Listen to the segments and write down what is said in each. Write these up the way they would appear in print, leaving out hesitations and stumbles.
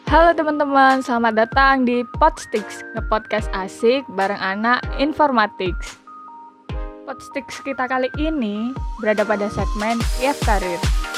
Halo teman-teman, selamat datang di Podstix, nge-podcast asik bareng anak Informatics. Podstix kita kali ini berada pada segmen IF Karir.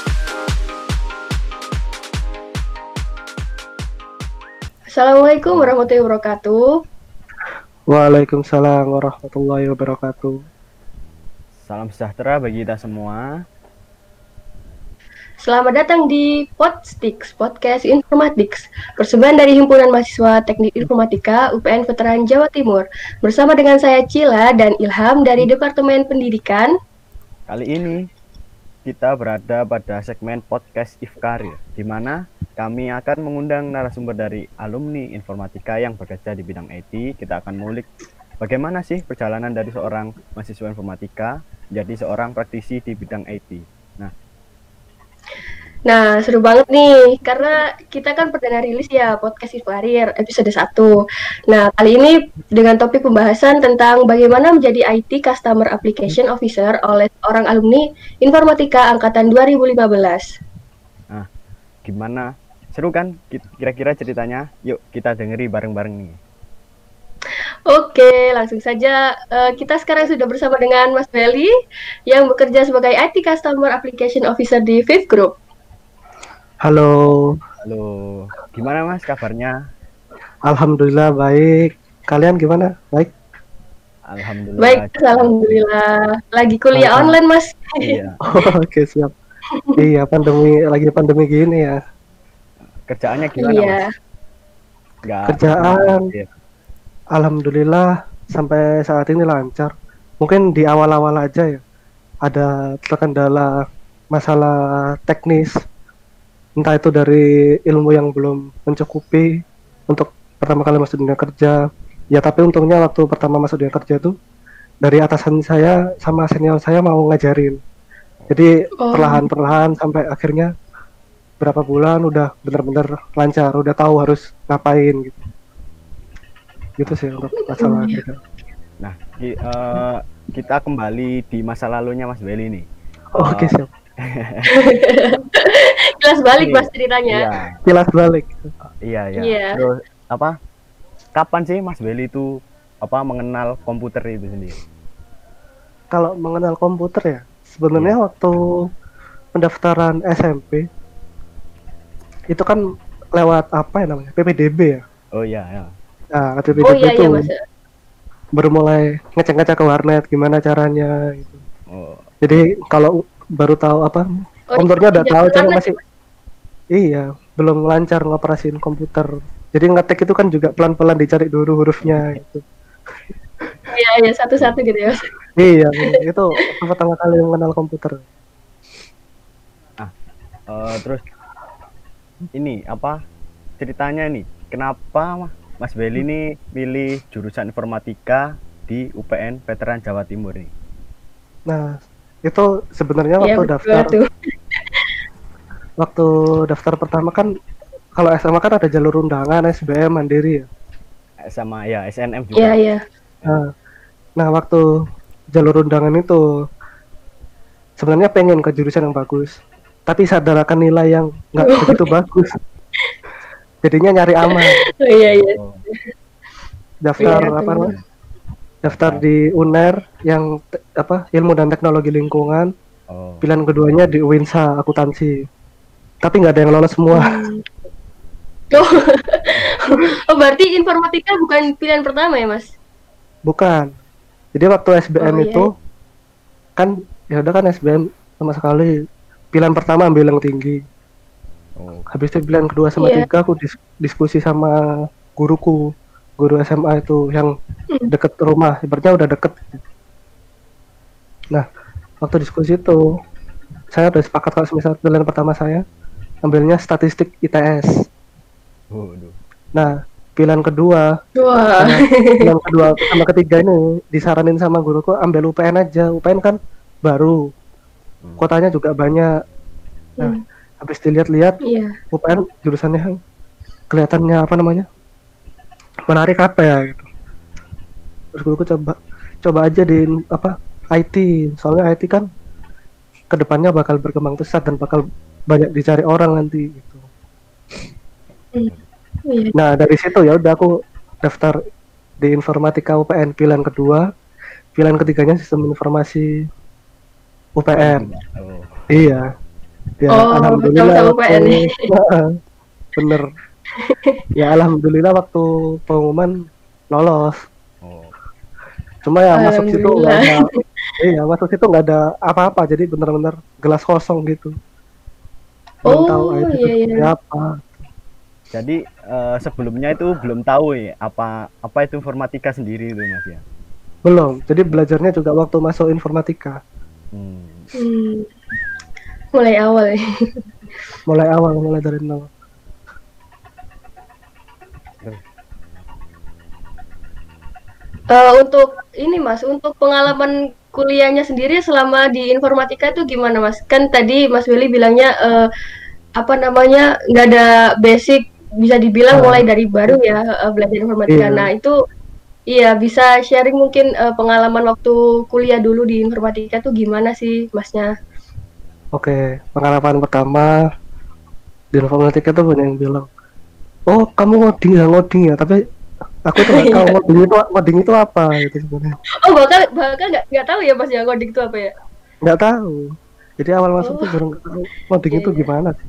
Assalamualaikum warahmatullahi wabarakatuh. Waalaikumsalam warahmatullahi wabarakatuh. Salam sejahtera bagi kita semua. Selamat datang di Podstix, Podcast Informatics, persembahan dari Himpunan Mahasiswa Teknik Informatika UPN Veteran Jawa Timur. Bersama dengan saya Cila dan Ilham dari Departemen Pendidikan. Kali ini kita berada pada segmen podcast IF Karir, di mana kami akan mengundang narasumber dari alumni informatika yang bekerja di bidang IT. Kita akan mengulik bagaimana sih perjalanan dari seorang mahasiswa informatika menjadi seorang praktisi di bidang IT. Nah, seru banget nih, karena kita kan perdana rilis ya Podcast IF Karir episode 1. Nah, kali ini dengan topik pembahasan tentang bagaimana menjadi IT Customer Application Officer oleh seorang alumni informatika angkatan 2015. Nah, gimana? Seru kan kira-kira ceritanya? Yuk kita dengeri bareng-bareng nih. Oke, langsung saja. Kita sekarang sudah bersama dengan Mas Belly yang bekerja sebagai IT Customer Application Officer di Fifth Group. Halo, Gimana Mas kabarnya? alhamdulillah baik. Kalian gimana? Baik? Alhamdulillah. Baik, alhamdulillah. Lagi kuliah online, Mas. Iya. Oke, siap. Iya, lagi pandemi gini ya. Kerjaannya gimana Iya. Mas? Nggak. Kerjaan, Iya. alhamdulillah sampai saat ini lancar. Mungkin di awal-awal aja ya, ada terkendala masalah teknis. Entah itu dari ilmu yang belum mencukupi untuk pertama kali masuk dunia kerja. Ya tapi untungnya waktu pertama masuk dunia kerja tuh dari atasan saya sama senior saya mau ngajarin. Jadi perlahan-perlahan sampai akhirnya berapa bulan udah bener-bener lancar, udah tahu harus ngapain gitu. Gitu sih untuk masalah kerja. Nah, kita kembali di masa lalunya Mas Belly nih. Oke, siap. Kelas balik, Mas, ceritanya. Iya. Kilas balik. Iya. Terus kapan sih Mas Belly itu mengenal komputer itu sendiri? Kalau mengenal komputer ya, sebenarnya waktu pendaftaran SMP itu kan lewat PPDB ya. Oh iya. Nah, PPDB Iya, itu Mas. baru mulai ngecek-ngecek ke warnet gimana caranya gitu. Oh. Jadi kalau baru tahu komputernya udah tahu, cuma masih belum lancar ngoperasin komputer. Jadi ngetik itu kan juga pelan-pelan dicari dulu hurufnya gitu. Iya, satu-satu gitu ya, Mas. Iya, itu pertama kali mengenal komputer. Terus ini ceritanya nih? Kenapa Mas Belly ini pilih jurusan informatika di UPN Veteran Jawa Timur nih? Nah, itu sebenarnya Iya, waktu betul daftar tuh. waktu daftar pertama kan kalau SMA kan ada jalur undangan SBM mandiri ya. Sama ya SNM juga. Iya. Nah, waktu jalur undangan itu sebenarnya pengen ke jurusan yang bagus, tapi sadar akan nilai yang nggak begitu bagus. Jadinya nyari aman. Iya. Oh. Daftar Iya, daftar di UNER yang ilmu dan teknologi lingkungan. Oh. Pilihan keduanya di UINSA akuntansi. Tapi nggak ada yang lolos semua. Oh, berarti informatika bukan pilihan pertama ya, Mas? Bukan. Jadi waktu SBM itu kan ya udah kan SBM sama sekali pilihan pertama ambil yang tinggi. Oh. Habis itu pilihan kedua sama tiga aku diskusi sama guru SMA itu yang deket rumah, ibaratnya udah deket. Nah, waktu diskusi itu saya udah sepakat kalau semisal pilihan pertama saya ambilnya statistik ITS. Nah, pilihan kedua sama ketiga ini disaranin sama guruku ambil UPN aja. UPN kan baru, kotanya juga banyak. Nah, habis dilihat-lihat UPN jurusannya kelihatannya menarik ya gitu. Terus guruku coba aja di IT, soalnya IT kan kedepannya bakal berkembang pesat dan bakal banyak dicari orang nanti gitu. Iya. Nah dari situ ya udah aku daftar di informatika UPN pilihan kedua, pilihan ketiganya sistem informasi UPN. Oh. Iya. Ya Oh, alhamdulillah sama-sama waktu UPN nih. bener. Ya alhamdulillah waktu pengumuman lolos. Oh. Cuma ya masuk situ nggak Alhamdulillah. ada, iya masuk situ nggak ada apa-apa. Jadi bener-bener gelas kosong gitu. Belum tahu Oh, IT itu iya, seperti iya. apa. Jadi sebelumnya itu belum tahu ya apa itu informatika sendiri itu Mas ya. Belum. Jadi belajarnya juga waktu masuk informatika. Hmm. Hmm, mulai awal ya. Mulai awal, mulai dari nol. Untuk ini Mas, untuk pengalaman kuliahnya sendiri selama di informatika itu gimana Mas? Kan tadi Mas Willy bilangnya apa namanya nggak ada basic, bisa dibilang mulai dari baru ya belajar informatika. Iya. Nah itu iya bisa sharing mungkin pengalaman waktu kuliah dulu di informatika tuh gimana sih Masnya? Oke, pengalaman pertama di informatika tuh banyak yang bilang, oh kamu ngoding ya, tapi aku tuh nggak tahu ngoding itu apa gitu sebenarnya. Oh bahkan nggak tahu ya Mas ya coding itu apa ya? Nggak tahu. Jadi awal masuk tuh Oh, baru nggak tahu ngoding iya, itu iya. gimana sih.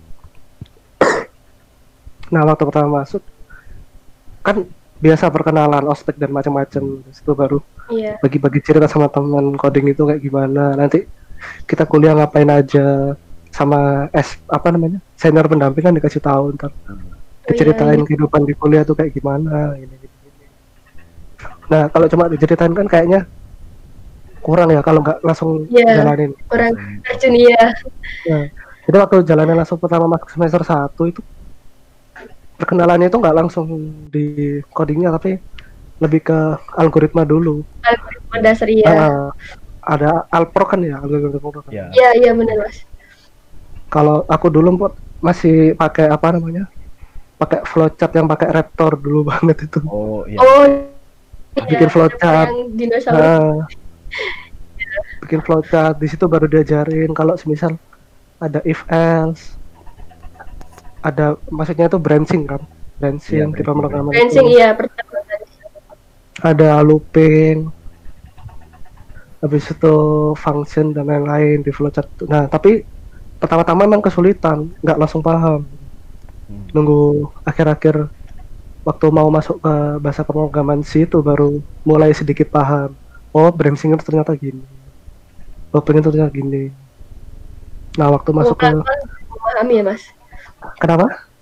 Nah waktu pertama masuk kan biasa perkenalan ospek dan macam-macam. Terus itu baru Iya. bagi-bagi cerita sama teman coding itu kayak gimana. Nanti kita kuliah ngapain aja, sama apa namanya senior pendamping kan dikasih tahu ntar Oh, diceritain iya, iya. kehidupan di kuliah tuh kayak gimana gini. Nah kalau cuma diceritain kan kayaknya kurang ya kalau nggak langsung Iya, jalanin. kurang terjun ya. Nah, jadi waktu jalanin langsung pertama masuk semester 1 itu perkenalannya itu nggak langsung di codingnya tapi lebih ke algoritma dulu. Algoritma dasar ya. Ada Alpro kan ya algoritma kan. Ya. Iya, iya benar Mas. Kalau aku dulu masih pakai apa namanya? Pakai flowchart yang pakai Raptor dulu banget itu. Oh iya. Oh, Bikin iya, flowchart. yang dinosaurus. Nah, bikin flowchart di situ baru diajarin kalau semisal ada if else, ada maksudnya itu branching kan, branching Iya, di branching. pemrograman Fencing itu. iya pertama tadi. Ada looping, habis itu function dan lain-lain di flowchart. Nah tapi pertama-tama memang kesulitan, nggak langsung paham. Nunggu akhir-akhir waktu mau masuk ke bahasa pemrograman C itu baru mulai sedikit paham. Oh, branching itu ternyata gini. Looping itu ternyata gini. Nah, waktu masuk ke Pelan-pelan memahami ya Mas. kenapa?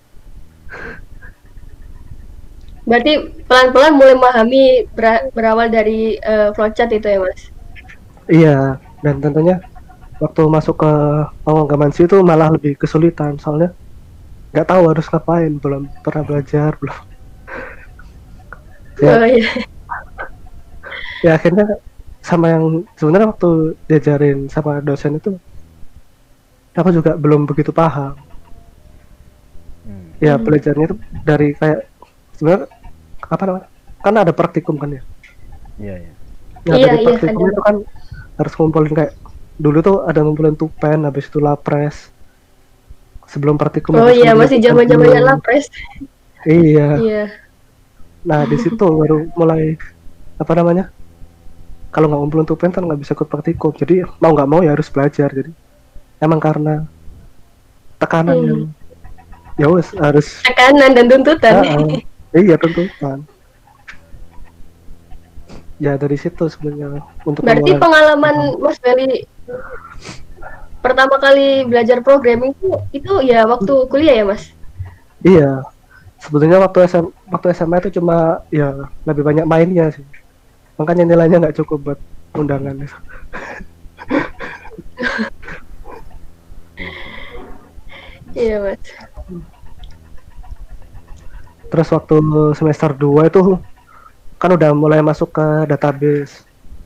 Berarti pelan-pelan mulai memahami berawal dari flowchart itu ya Mas. Iya, dan tentunya waktu masuk ke pemrograman C itu malah lebih kesulitan soalnya nggak tahu harus ngapain, belum pernah belajar, belum. Ya. Oh iya. Ya akhirnya sama yang sebenarnya waktu diajarin sama dosen itu aku juga belum begitu paham. Ya belajarnya itu dari kayak sebenarnya apa namanya? Kan ada praktikum kan ya. Iya, iya. Nah, Iya, dari iya, praktikum ada. itu kan harus ngumpulin kayak dulu tuh ada ngumpulin tupen, habis itu lapres. Sebelum praktikum Oh habis iya, ngumpulin masih tupen zaman-zamannya dulu. lapres. Iya. Iya. Nah di situ baru mulai apa namanya? Kalau nggak ngumpulin tupen kan nggak bisa ikut praktikum. Jadi mau nggak mau ya harus belajar. Jadi emang karena tekanan yang ya wes harus Tekanan dan tuntutan. iya tuntutan. Ya dari situ sebenarnya untuk Berarti memulai. pengalaman Mas Feli pertama kali belajar programming itu ya waktu kuliah ya Mas? Iya. Sebetulnya waktu SMA itu cuma ya lebih banyak mainnya sih. Makanya nilainya nggak cukup buat undangan itu. Iya Mas. Terus waktu semester 2 itu kan udah mulai masuk ke database.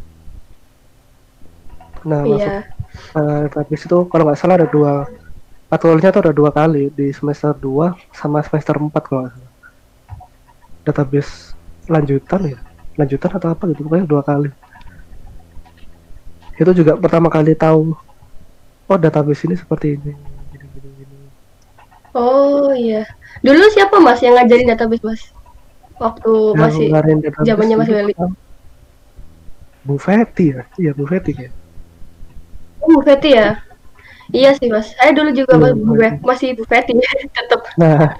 Nah, masuk Iya. database itu kalau nggak salah ada matkulnya tuh ada 2 kali di semester 2 sama semester 4 kalau nggak salah. Database lanjutan atau apa gitu, pokoknya 2 kali. Itu juga pertama kali tahu, oh database ini seperti ini, gini. Oh iya. Dulu siapa Mas yang ngajarin database Mas? Waktu Yang masih ngajarin database zamannya Mas dulu Weli. Bu Feti ya, iya Bu Feti kayak. Oh, Bu Feti ya? Iya sih Mas. Saya dulu juga Iya, Bu Feti. masih Bu Feti tetap. Nah,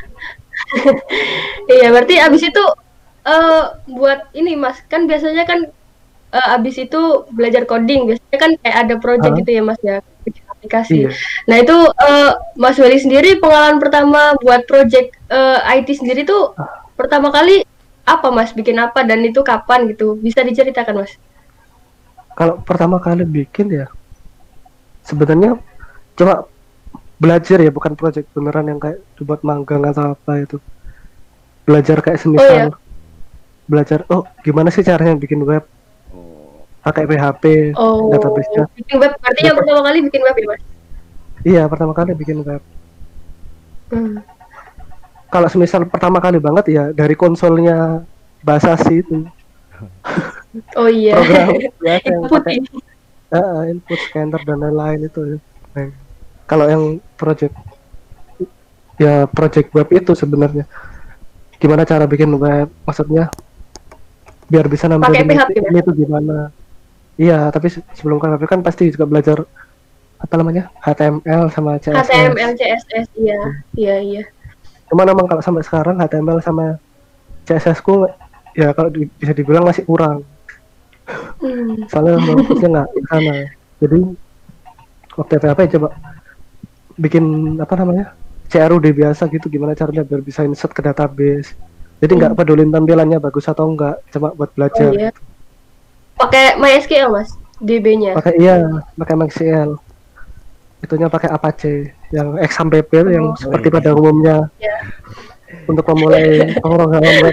Iya, berarti abis itu buat ini Mas, kan biasanya kan abis itu belajar coding, biasanya kan kayak ada project ah, gitu ya Mas ya, bikin aplikasi. iya. Nah itu Mas Weli sendiri pengalaman pertama buat project IT sendiri tuh pertama kali apa Mas, bikin apa dan itu kapan gitu? Bisa diceritakan Mas? Kalau pertama kali bikin ya sebenarnya cuma belajar ya, bukan project beneran yang kayak dibuat magang atau apa itu. Belajar kayak Oh ya, semisal belajar gimana sih caranya bikin web Oh, pakai PHP oh database-nya. bikin web, berarti yang Terus, pertama kali bikin web ya Mas? iya, pertama kali bikin web. Hmm. Kalau semisal pertama kali banget ya dari konsolnya bahasa C itu Oh iya, program biasa yang input pakai ini. input scanner dan lain-lain itu. Nah, kalau yang project ya project web itu sebenarnya gimana cara bikin web, maksudnya biar bisa Pakai nampilin PHP Mas? ini tuh gimana. Iya, tapi sebelum PHP kan pasti juga belajar apa namanya HTML sama HTML, CSS. CSS, iya, iya, iya. Cuman memang kalau sampai sekarang HTML sama CSS ku ya kalau bisa dibilang masih kurang. Hmm. Soalnya fokusnya nggak ke sana. Jadi waktu PHP coba bikin apa namanya CRUD biasa gitu, gimana caranya biar bisa insert ke database. Jadi nggak pedulin tampilannya bagus atau enggak, cuma buat Oh belajar. iya. Pakai MySQL Mas, DB-nya. Pakai MySQL. Itunya pakai Apache yang XAMPP itu yang seperti pada umumnya Iya. untuk memulai pemrograman web.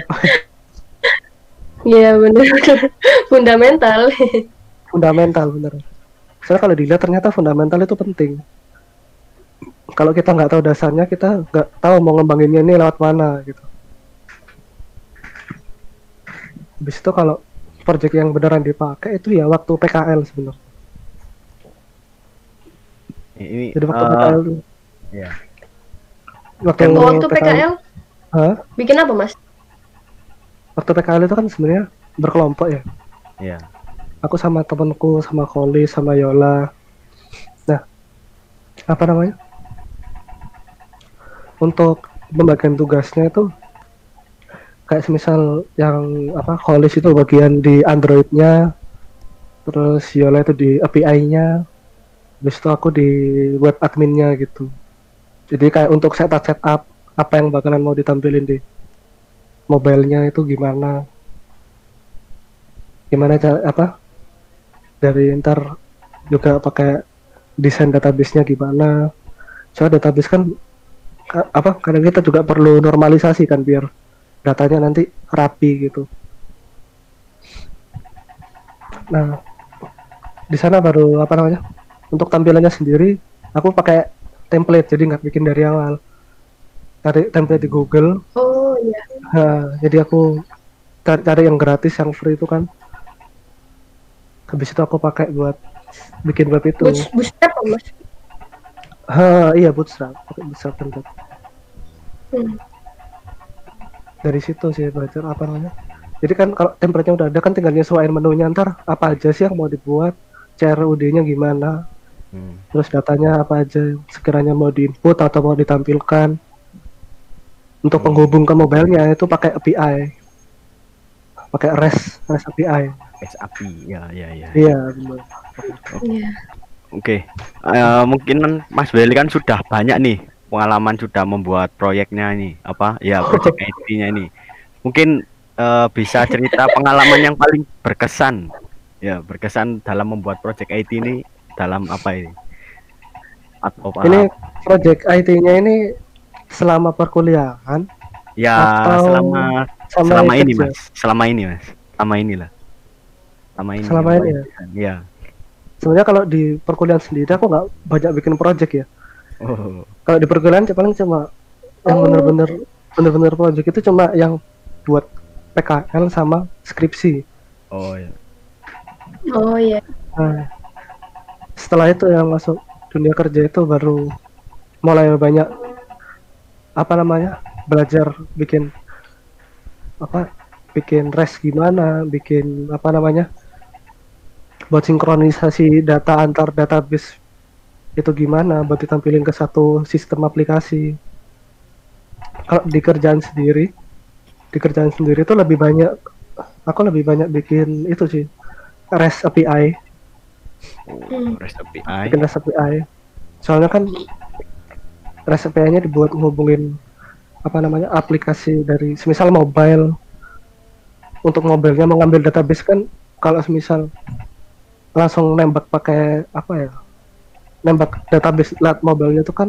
Iya benar. Fundamental. Fundamental bener. Soalnya kalau dilihat ternyata fundamental itu penting. Kalau kita nggak tahu dasarnya, kita nggak tahu mau ngembanginnya ini lewat mana gitu. Habis itu kalau project yang beneran dipakai itu ya waktu PKL sebenarnya. ini Jadi waktu PKL tuh, ya. waktu Waktu PKL Hah? bikin apa Mas? Waktu PKL itu kan sebenarnya berkelompok ya. Ya. Aku sama temanku, sama Koli, sama Yola. Nah, apa namanya? Untuk pembagian tugasnya itu kayak semisal yang apa Kolis itu bagian di Android-nya, terus Yola itu di API-nya, habis itu aku di web admin-nya gitu. Jadi kayak untuk setup apa yang bakalan mau ditampilin di mobile-nya itu gimana cara apa dari ntar juga pakai desain database-nya gimana. Soalnya database kan apa kadang kita juga perlu normalisasi kan biar datanya nanti rapi gitu. Nah, di sana baru apa namanya? Untuk tampilannya sendiri aku pakai template, jadi nggak bikin dari awal. Cari template di Google. Oh iya. Jadi aku cari yang gratis, yang free itu kan. Habis itu aku pakai buat bikin web itu. Bootstrap apa Mas? Iya Bootstrap, pakai Bootstrap template. Hmm. Dari situ sih belajar apa namanya. Jadi kan kalau template-nya udah ada kan tinggal nyesuaiin menunya, ntar apa aja sih yang mau dibuat, CRUD-nya gimana, terus datanya apa aja yang sekiranya mau diinput atau mau ditampilkan. Untuk penghubung ke mobilenya itu pakai API, pakai REST API. SAPI, ya. Iya benar. Iya. Oke, mungkin Mas Weli kan sudah banyak nih pengalaman sudah membuat proyeknya ini, apa ya project IT-nya ini. Mungkin bisa cerita pengalaman yang paling berkesan, ya berkesan dalam membuat project IT ini dalam apa ini? Atau apa? Ini project IT-nya ini selama perkuliahan? Ya atau selama ini kerja? Mas, selama ini lah. Selama ini ya. Ya. Sebenarnya kalau di perkuliahan sendiri aku nggak banyak bikin project ya. Oh. Kalau di perkuliahan paling cuma yang bener-bener project itu cuma yang buat PKL sama skripsi. Oh ya. Oh iya. Nah, setelah itu yang masuk dunia kerja itu baru mulai banyak apa namanya, belajar bikin apa, bikin REST gimana, bikin apa namanya, buat sinkronisasi data antar database itu gimana, buat ditampilin ke satu sistem aplikasi. Kalau di kerjaan sendiri itu lebih banyak, aku lebih banyak bikin itu sih, REST API, REST API. bikin REST API. Soalnya kan REST API-nya dibuat ngehubungin apa namanya, aplikasi dari semisal mobile. Untuk mobilnya mengambil database kan, kalau semisal langsung nembak pakai apa ya, nembak database lewat mobilnya itu kan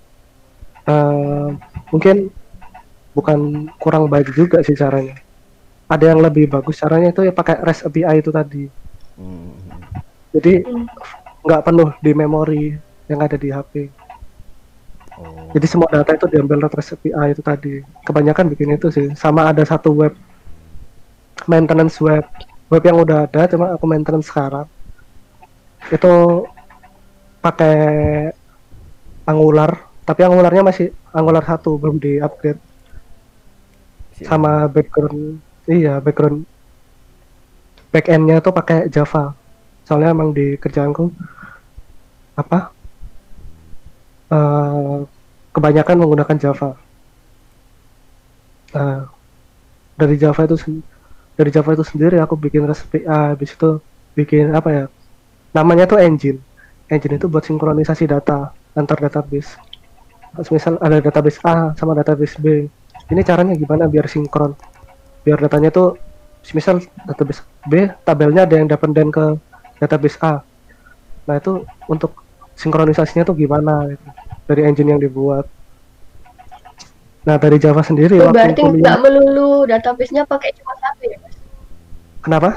mungkin bukan kurang baik juga sih caranya. Ada yang lebih bagus caranya itu ya pakai REST API itu tadi. Jadi nggak penuh di memori yang ada di HP. Jadi semua data itu diambil lewat REST API itu tadi. Kebanyakan bikin itu sih. Sama ada satu web maintenance web yang udah ada, cuma aku maintenance sekarang. Itu pakai Angular, tapi Angularnya masih Angular 1, belum di upgrade. Sama background backend-nya tuh pakai Java. Soalnya emang di kerjaanku apa kebanyakan menggunakan Java. Dari Java itu sendiri aku bikin REST API, habis itu bikin apa ya, namanya tuh engine itu buat sinkronisasi data antar database. Misal ada database A sama database B, ini caranya gimana biar sinkron, biar datanya tuh misal database B tabelnya ada yang dependen ke database A. Nah itu untuk sinkronisasinya tuh gimana gitu, dari engine yang dibuat. Nah dari Java sendiri Berarti nggak melulu database-nya pakai cuma satu ya, Mas? Kenapa?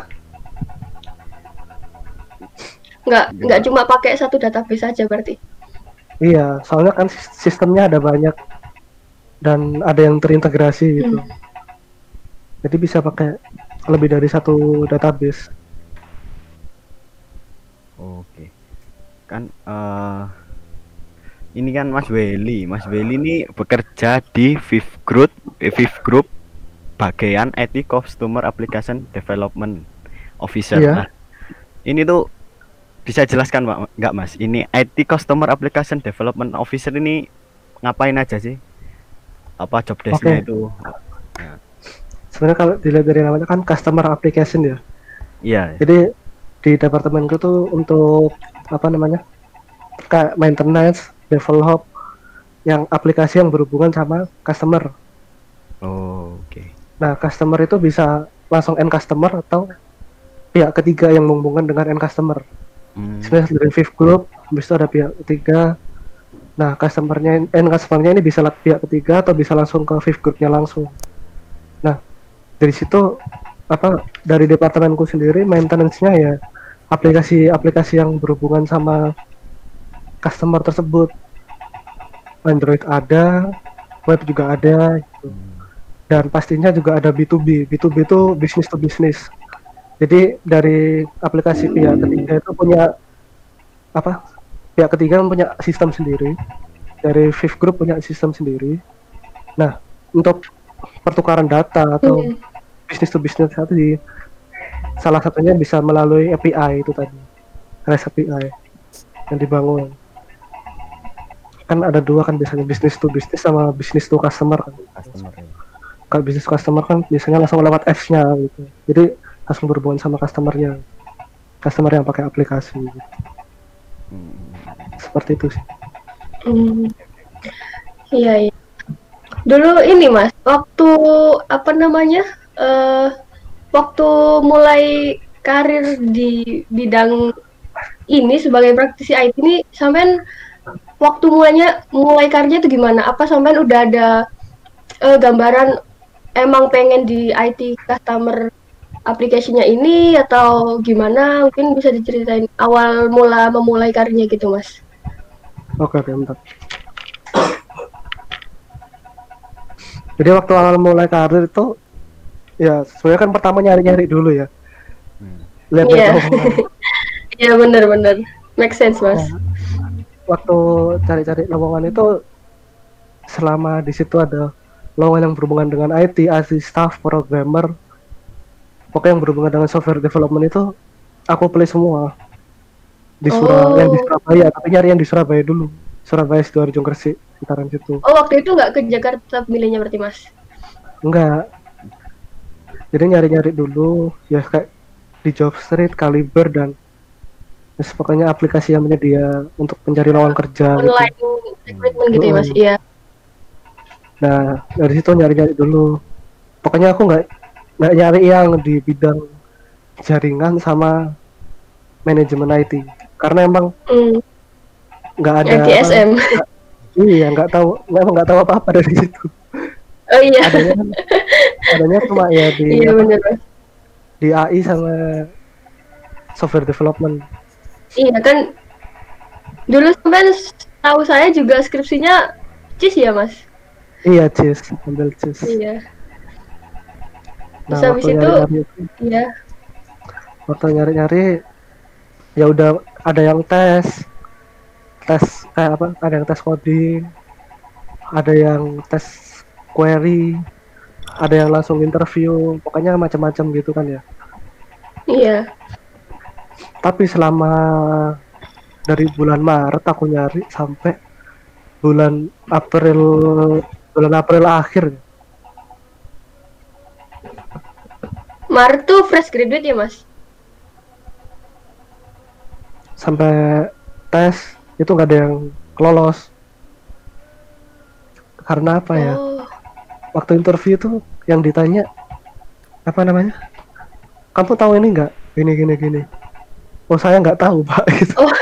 Nggak cuma pakai satu database saja berarti? Iya, soalnya kan sistemnya ada banyak dan ada yang terintegrasi gitu. Jadi bisa pakai lebih dari satu database. Oke. Kan ini kan Mas Welly ini bekerja di Fifth Group bagian IT Customer Application Development Officer. Iya. Nah, ini tuh bisa jelaskan nggak Mas? Ini IT Customer Application Development Officer ini ngapain aja sih? Apa job desk-nya itu? Ya. Sebenarnya kalau dilihat dari namanya kan Customer Application ya. Iya. Jadi di departemenku tuh untuk apa namanya, kayak maintenance, develop yang aplikasi yang berhubungan sama customer. Oke. Nah, customer itu bisa langsung end customer atau pihak ketiga yang menghubungkan dengan end customer. Sebenarnya dari Fifth Group, habis itu ada pihak ketiga. Nah, end customernya ini bisa pihak ketiga atau bisa langsung ke Fifth Group-nya langsung. Nah, dari situ dari departemenku sendiri maintenance-nya ya aplikasi yang berhubungan sama customer tersebut. Android ada, web juga ada gitu. Dan pastinya juga ada B2B itu business to business. Jadi dari aplikasi pihak ketiga itu punya pihak ketiga punya sistem sendiri, dari Fifth Group punya sistem sendiri. Nah, untuk pertukaran data atau business to business tadi, salah satunya bisa melalui API itu tadi, REST API yang dibangun. Kan ada dua kan biasanya, business to business sama business to customer kan. Kalau business to customer kan biasanya langsung lewat apps-nya gitu. Jadi langsung berhubungan sama customer yang pakai aplikasi gitu. Seperti itu sih. Iya. Dulu ini Mas, waktu waktu mulai karir di bidang ini sebagai praktisi IT ini, sampean waktu mulai karirnya itu gimana? Apa sampean udah ada gambaran emang pengen di IT customer application-nya ini atau gimana? Mungkin bisa diceritain awal memulai karirnya gitu, Mas. Oke, bentar. Jadi waktu awal mulai karir itu ya sebenarnya kan pertama nyari-nyari dulu ya. Iya. Iya benar. Make sense, Mas. Waktu cari-cari lowongan itu selama di situ ada lowongan yang berhubungan dengan IT, staff, programmer, pokoknya yang berhubungan dengan software development itu aku play semua di yang di Surabaya, tapi nyari yang di Surabaya dulu. Surabaya, Sidoarjo, Gresik, sekitaran situ. Oh, waktu itu nggak ke Jakarta milihnya berarti, Mas? Enggak. Jadi nyari-nyari dulu ya kayak di Jobstreet, Kaliber, dan pokoknya aplikasi yang menyedia untuk mencari lowongan kerja online gitu. recruitment gitu ya, Mas? Iya. Nah, dari situ nyari-nyari dulu. Pokoknya aku nggak nyari yang di bidang jaringan sama manajemen IT, karena emang nggak ada ITSM. Iya, nggak tahu apa-apa dari situ. Oh iya. Adanya cuma ya di Iya benar. di AI sama software development. Iya kan, dulu sampai tahu saya juga skripsinya CIS ya, Mas? Iya, CIS, ambil CIS. Iya. Nah, Terus habis itu, iya. Waktu nyari-nyari, ya udah ada yang tes kayak apa? Ada yang tes coding, ada yang tes query, ada yang langsung interview, pokoknya macam-macam gitu kan ya. Iya. Tapi selama dari bulan Maret aku nyari sampai bulan April akhir. Maret tuh fresh graduate ya, Mas? Sampai tes itu nggak ada yang lolos. Karena apa ya? Waktu interview tuh yang ditanya apa namanya? Kamu tahu ini nggak? Gini. Oh, saya nggak tahu, Pak. Gitu. Oh.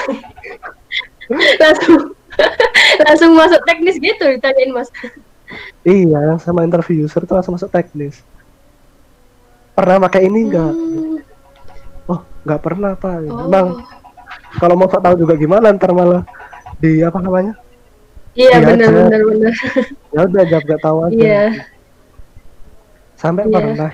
langsung masuk teknis gitu ditanyain, Mas. Iya, yang sama interview user tuh langsung masuk teknis. Pernah pakai ini nggak? Oh, nggak pernah, Pak. Emang kalau mau tahu juga gimana, ntar malah di apa namanya? Iya, benar. Ya udah, jawab nggak tahu aja. Iya. Sampai pernah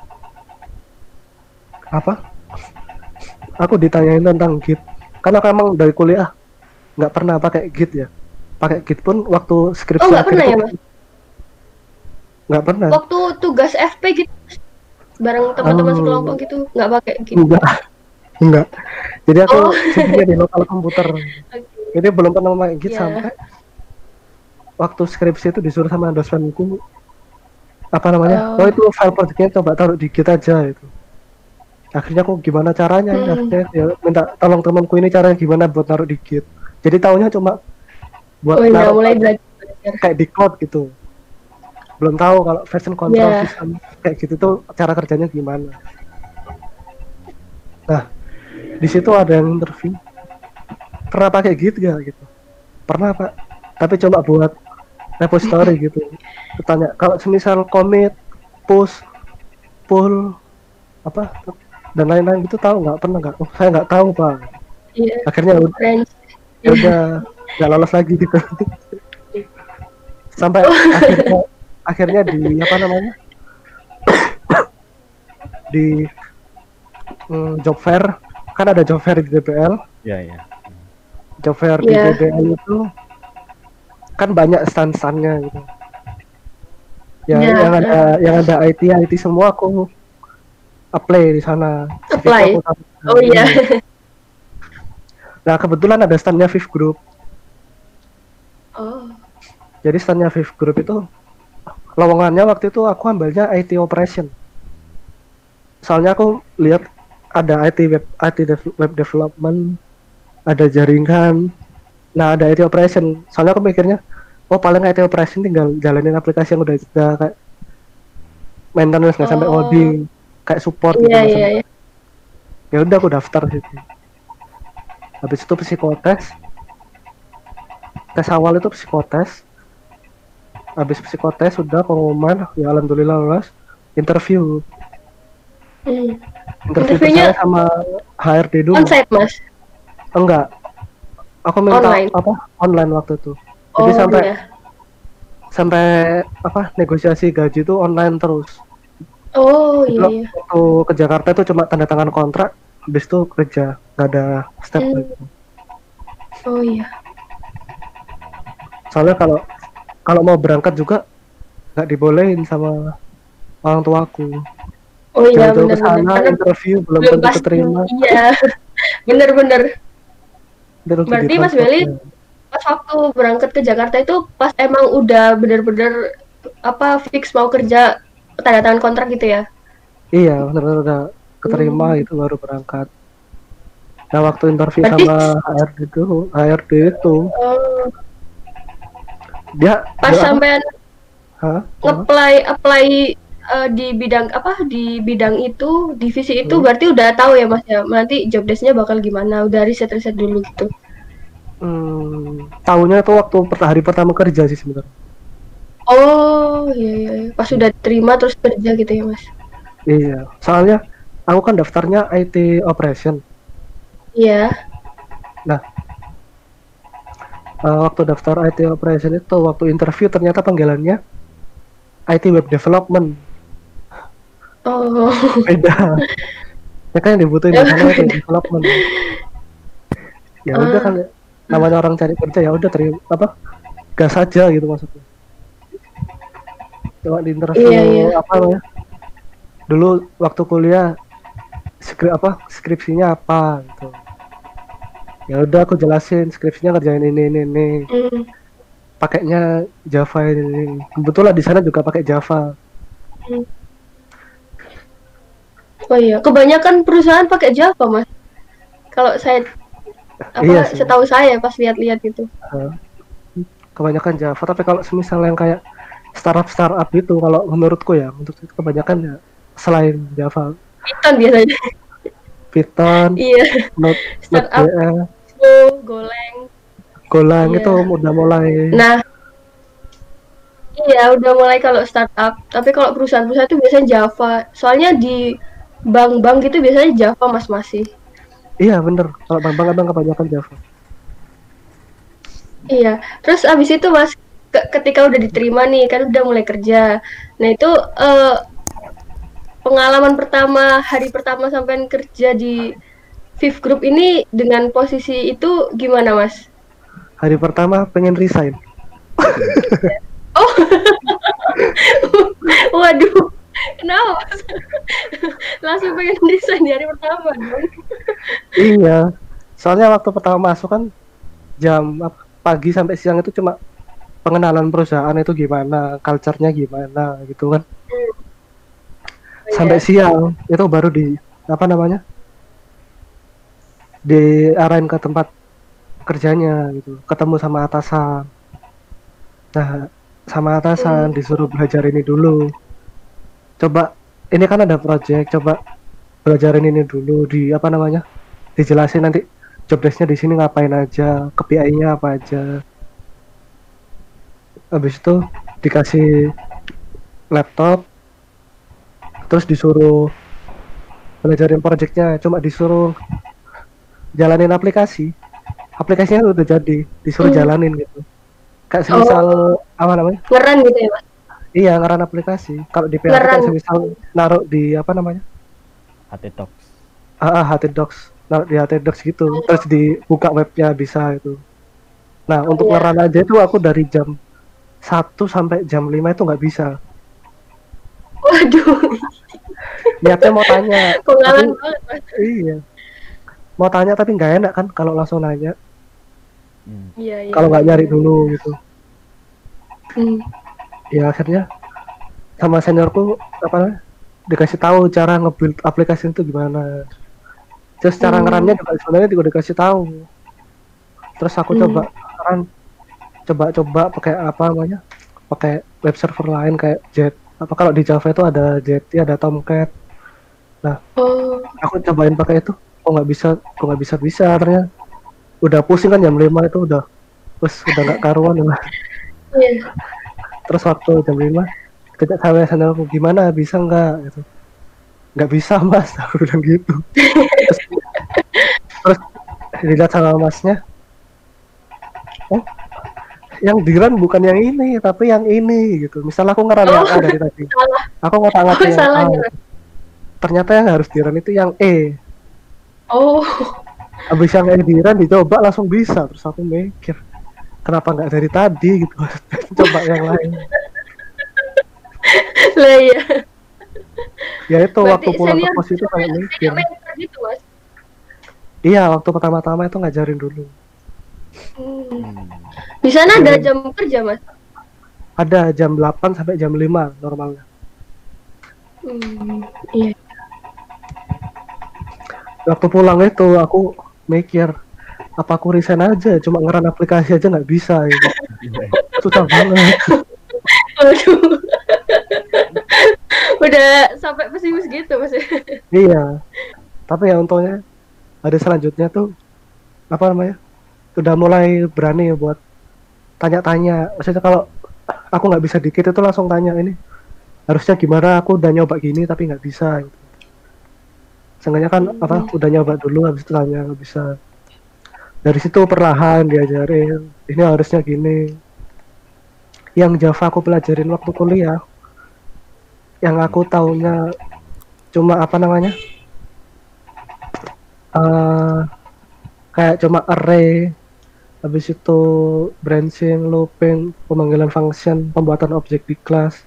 apa? Aku ditanyain tentang Git. Karena aku emang dari kuliah nggak pernah pakai Git ya. Pakai Git pun waktu skripsi. Oh, nggak pernah ya, Mas? Nggak pernah. Waktu tugas FP gitu, bareng teman-teman sekelompok gitu, nggak pakai Git? Enggak. Jadi aku sibuknya di lokal komputer. Jadi belum pernah pakai Git sampai waktu skripsi itu disuruh sama dosenku apa namanya? Oh, itu file projectnya coba taruh di Git aja itu. Akhirnya aku gimana caranya? Akhirnya ya minta tolong temanku ini caranya gimana buat taruh di Git. Jadi taunya cuma buat naruh mulai belajar kayak di cloud gitu. Belum tahu kalau version control system kayak gitu tuh cara kerjanya gimana. Nah, di situ ada yang interview. Pernah pakai Git gak gitu? Pernah, Pak. Tapi coba buat repository gitu. Tanya kalau semisal commit, push, pull, apa dan lain-lain gitu tahu nggak? Pernah nggak? Oh, saya nggak tahu, Pak. Iya. Akhirnya udah nggak lolos lagi gitu. Sampai akhirnya di apa namanya? Di job fair, kan ada job fair di DBL. Iya. Job fair di DBL itu kan banyak stand-standnya gitu. Yang ada IT semua aku apply di sana. Apply. Oh iya. Nah, kebetulan ada standnya Viv Group. Oh. Jadi standnya Viv Group itu lowongannya waktu itu aku ambilnya IT operation. Soalnya aku lihat ada web development, ada jaringan, nah ada IT operation. Soalnya aku mikirnya, oh paling IT operation tinggal jalanin aplikasi yang udah kayak maintenance nggak sampai coding, kayak support gitu. Iya. Ya udah aku daftar gitu. Habis itu psikotes. Tes awal itu psikotes. Habis psikotes sudah pengumuman, ya alhamdulillah lolos. Interview. Interviewnya sama HRD dulu. Onsite, Mas? Enggak. Aku minta online waktu itu. Jadi sampai negosiasi gaji itu online terus. Oh iya. Waktu ke Jakarta itu cuma tanda tangan kontrak, habis itu kerja, nggak ada step gitu. Oh iya. Soalnya kalau kalau mau berangkat juga nggak dibolehin sama orang tuaku. Oh iya, Jauh-jauh ke benar-benar. sana Karena interview belum belum tentu pasti. keterima. Iya, bener-bener. Terus Berarti di Mas transport. Willy pas waktu berangkat ke Jakarta itu pas emang udah bener-bener apa fix mau kerja, tanda tangan kontrak gitu ya? Iya, benar-benar udah keterima Hmm. itu baru berangkat. Nah, waktu interview Berarti sama HRD itu eh, dia pas apa? sampean Hah? Kenapa? apply di bidang apa di bidang itu divisi itu Hmm. berarti udah tahu ya Mas ya nanti job desk-nya bakal gimana, udah riset dulu gitu. Tahunya itu waktu hari pertama kerja sih sebenarnya. Oh iya, iya, iya. Pas sudah terima terus kerja gitu ya Mas? Iya, soalnya aku kan daftarnya IT operation. Iya. Nah, waktu daftar IT operation itu waktu interview ternyata panggilannya IT web development. Oh. Beda. Ya kan yang dibutuhin di sana IT development. Ya udah kan namanya orang cari kerja, ya udah terima apa? Gas aja gitu maksudnya. Coba di interview Iya, iya. apa namanya? Dulu waktu kuliah skripsinya apa gitu. Ya udah aku jelasin skripsinya kerjain ini. Hmm. Pakainya Java ini. Kebetulan di sana juga pakai Java. Hmm. Oh iya, kebanyakan perusahaan pakai Java Mas. Kalau saya Iya apa sih. setahu saya pas lihat-lihat gitu. Kebanyakan Java, tapi kalau semisal yang kayak startup itu kalau menurutku ya untuk itu kebanyakan ya selain Java, Python biasanya. Python, Iya, startup Node.js, Golang. Golang Iya. itu udah mulai. Nah, iya udah mulai kalau startup. Tapi kalau perusahaan-perusahaan itu biasanya Java. Soalnya di bank-bank gitu biasanya Java Mas masih. Iya bener, kalau bank abang kebanyakan Java. Iya. Terus abis itu Mas ketika udah diterima nih kan udah mulai kerja. Nah itu pengalaman pertama hari pertama sampai kerja di Fifth Group ini dengan posisi itu gimana Mas? Hari pertama pengen resign. Oh, waduh, kenapa? Langsung pengen resign di hari pertama dong. Iya, soalnya waktu pertama masuk kan pagi sampai siang itu cuma pengenalan perusahaan itu gimana, culture-nya gimana gitu kan. Sampai siang itu baru apa namanya diarahin ke tempat kerjanya gitu, ketemu sama atasan. Nah, sama atasan disuruh belajar ini dulu. Coba ini kan ada project, coba belajarin ini dulu di apa namanya, dijelasin nanti job desk-nya di sini ngapain aja, KPI-nya apa aja. Habis itu dikasih laptop, terus disuruh belajarin projectnya, cuma disuruh jalanin aplikasinya udah jadi, disuruh jalanin gitu. Kayak semisal apa namanya, Ngeran gitu ya Mas? iya ngeran aplikasi. Kalau di PHP kayak semisal naruh di apa namanya HTTocs. HTDocs, naruh di HTDocs gitu, terus dibuka webnya bisa itu. Nah untuk ngeran aja itu aku dari jam 1 sampai jam 5 itu nggak bisa. Waduh, Niatnya mau tanya, pengalaman tapi banget Mas. iya mau tanya tapi nggak enak kan kalau langsung nanya. Iya, iya. Kalau nggak nyari dulu gitu. Hmm. Ya akhirnya sama seniorku apa dikasih tahu cara nge-build aplikasi itu gimana. Terus cara ngerannya juga sebenarnya juga dikasih tahu. Terus aku coba pakai apa namanya? Pakai web server lain kayak Jet. Apa kalau di Java itu ada Jetty, ada Tomcat. Nah, aku cobain pakai itu. Kok nggak bisa ternyata. Udah pusing kan jam 5 itu udah nggak karuan lah. Iya. Terus waktu jam 5 kita sama seniorku gimana bisa nggak gitu. Nggak bisa mas, aku bilang gitu. terus dilihat sama masnya, oh yang diran bukan yang ini tapi yang ini gitu. Misal aku ngeran yang A dari tadi, aku ngotak-ngatik yang A, ternyata yang harus diran itu yang E. Oh, Habis yang E diran dicoba langsung bisa. Terus aku mikir kenapa nggak dari tadi gitu. Coba yang lain. Lah ya. Ya itu waktu Berarti pulang ke senior pos itu kayak mikir. mentor gitu, Mas. Iya, waktu pertama-tama itu ngajarin dulu. Di sana ada Iya. jam kerja, Mas? Ada jam 8 sampai jam 5 normalnya. Iya. Waktu pulang itu aku mikir, apa aku resign aja, cuma ngeran aplikasi aja nggak bisa gitu. Susah banget. Aduh. Udah sampai pesimis gitu, Mas. Iya. Tapi ya untungnya ada selanjutnya tuh apa namanya? Udah mulai berani buat tanya-tanya. Maksudnya kalau aku nggak bisa dikit itu langsung tanya ini harusnya gimana, aku udah nyoba gini tapi nggak bisa gitu. Seenggaknya kan apa udah nyoba dulu habis itu tanya nggak bisa. Dari situ perlahan diajarin ini harusnya gini. Yang Java aku pelajarin waktu kuliah, yang aku taunya cuma apa namanya kayak cuma array, habis itu branching, looping, pemanggilan function, pembuatan objek di kelas.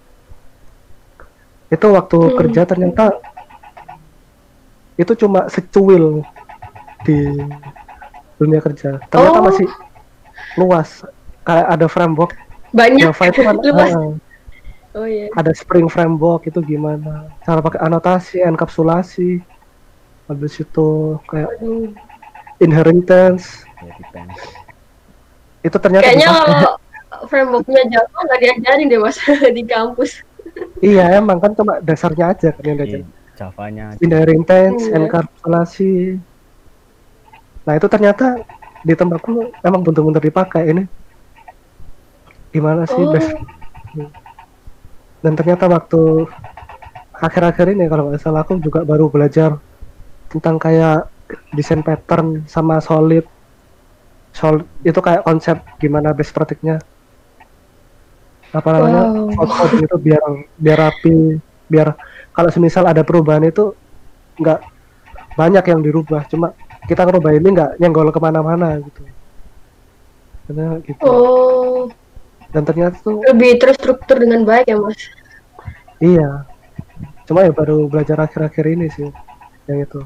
Itu waktu kerja ternyata itu cuma secuil di dunia kerja. Ternyata masih luas. Kayak ada framework Banyak. Java itu kan Luas. Oh iya. ada Spring Framework itu gimana, cara pakai anotasi, enkapsulasi, habis itu kayak inheritance. Ya, depend. Itu ternyata Kayaknya dipakai. kalau frameworknya Java nggak diajarin deh, Mas, di kampus. Iya emang kan cuma dasarnya aja kan yang Di diajarin. Javanya Inheritance, Iya. enkapsulasi. Nah itu ternyata di tempatku emang bener-bener dipakai ini. Gimana sih best? Dan ternyata waktu akhir-akhir ini kalau nggak salah aku juga baru belajar tentang kayak desain pattern sama solid itu kayak konsep gimana best practice-nya apa namanya code itu biar rapi, biar kalau semisal ada perubahan itu nggak banyak yang dirubah, cuma kita ngerubah ini nggak nyenggol kemana-mana gitu. Karena gitu. Dan ternyata tuh lebih terstruktur dengan baik ya, Mas. Iya, cuma ya baru belajar akhir-akhir ini sih yang itu.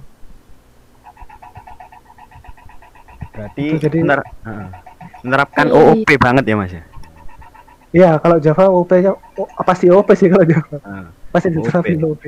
berarti Itu jadi menerapkan OOP banget ya Mas ya. Iya, kalau Java OP-nya pasti OP sih kalau Java. Pasti diterapin OP.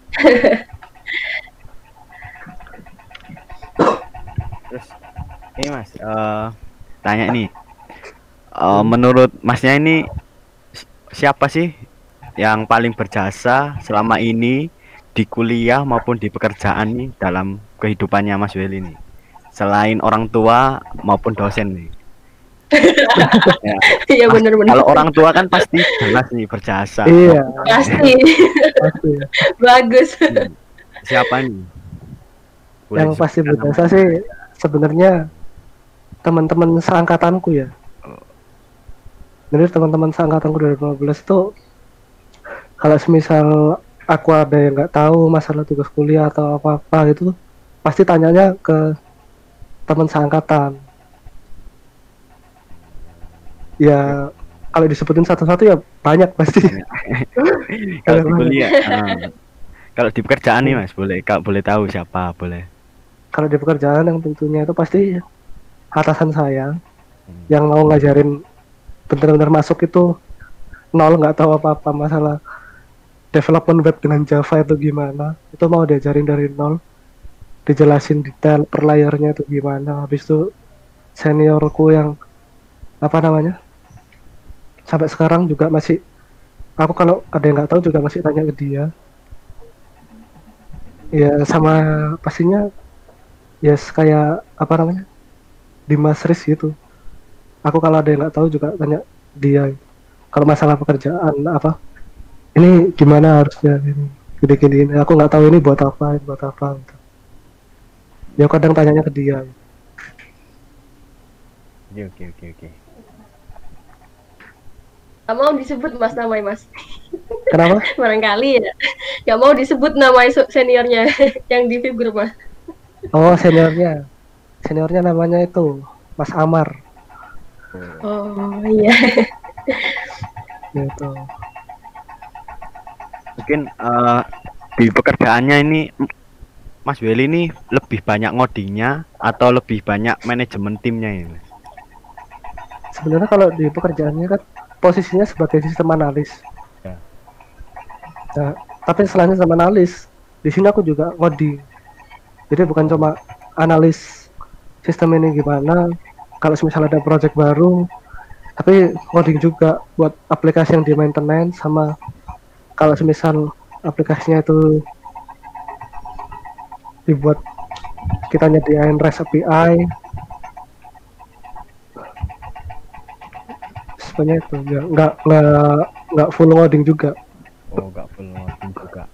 Terus ini Mas, tanya nih, menurut Masnya ini siapa sih yang paling berjasa selama ini di kuliah maupun di pekerjaan nih dalam kehidupannya Mas Welly nih, selain orang tua maupun dosen nih? Ya. Iya benar-benar. Kalau orang tua kan pasti jelas nih berjasa. Iya. Pasti. Pasti. Bagus. Siapa nih? Yang pasti berjasa sih sebenarnya teman-teman seangkatanku ya. Jadi teman-teman seangkatanku 2015 itu kalau semisal aku ada yang nggak tahu masalah tugas kuliah atau apa-apa gitu, pasti tanyanya ke teman seangkatan. Ya kalau disebutin satu-satu ya banyak pasti. Kalau di kuliah, kalau di pekerjaan nih Mas, kalau boleh tahu siapa boleh. Kalau di pekerjaan yang tentunya itu pasti atasan saya yang mau ngajarin benar-benar masuk itu nol, nggak tahu apa-apa masalah development web dengan Java itu gimana, itu mau diajarin dari nol, dijelasin detail per layernya itu gimana. Habis itu seniorku yang apa namanya sampai sekarang juga masih, aku kalau ada yang nggak tahu juga masih tanya ke dia ya, sama pastinya yes kayak apa namanya Dimas Riz gitu. Aku kalau ada yang nggak tahu juga tanya dia kalau masalah pekerjaan apa ini gimana harusnya gini ini aku nggak tahu ini buat apa gitu. Ya kadang tanyanya ke dia. Oke. Gak mau disebut Mas namanya Mas. Kenapa? Barangkali ya. Gak mau disebut nama seniornya yang di figur Mas. Oh seniornya namanya itu Mas Amar. Oh iya. gitu. Mungkin di pekerjaannya ini Mas Willy ini lebih banyak ngodingnya atau lebih banyak manajemen timnya ini? Sebenarnya kalau di pekerjaannya kan posisinya sebagai sistem analis. Ya. Nah, tapi selain sistem analis, di sini aku juga ngoding. Jadi bukan cuma analis sistem ini gimana, kalau misalnya ada project baru, tapi ngoding juga buat aplikasi yang di maintenance, sama kalau misal aplikasinya itu dibuat kita nyediain REST API, sebenarnya itu nggak full ngoding juga. Oh, nggak full ngoding juga.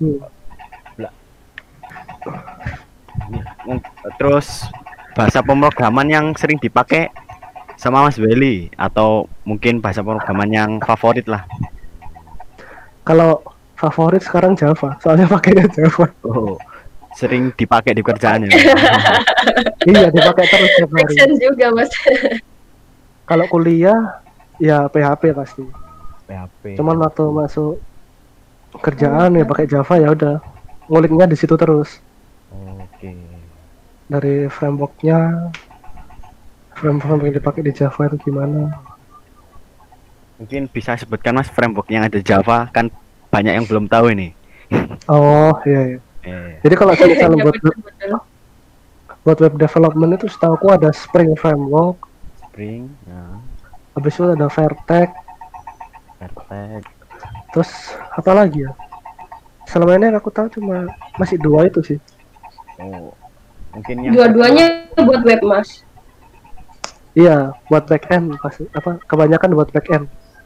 Terus bahasa pemrograman yang sering dipakai sama Mas Willy atau mungkin bahasa pemrograman yang favorit lah? Kalau favorit sekarang Java, soalnya pakainya Java. Oh, sering dipakai di kerjaannya. Iya, dipakai terus tiap Make hari. sense juga Mas. Kalau kuliah ya PHP pasti. PHP. Cuman waktu masuk kerjaan ya pakai Java, ya udah nguliknya di situ terus. Oke. Dari framework-nya, framework yang dipakai di Java itu gimana? Mungkin bisa sebutkan Mas framework yang ada Java, kan banyak yang belum tahu ini. Oh iya, iya. Jadi kalau misalnya Iya, betul. buat web development itu setahu aku ada Spring Framework, Spring, ya, habis itu ada Vertex, Vertex. terus apa lagi ya? Selama ini aku tahu cuma masih dua itu sih. Oh, mungkin yang Dua-duanya buat web Mas. Iya, buat backend pasti apa? Kebanyakan buat backend.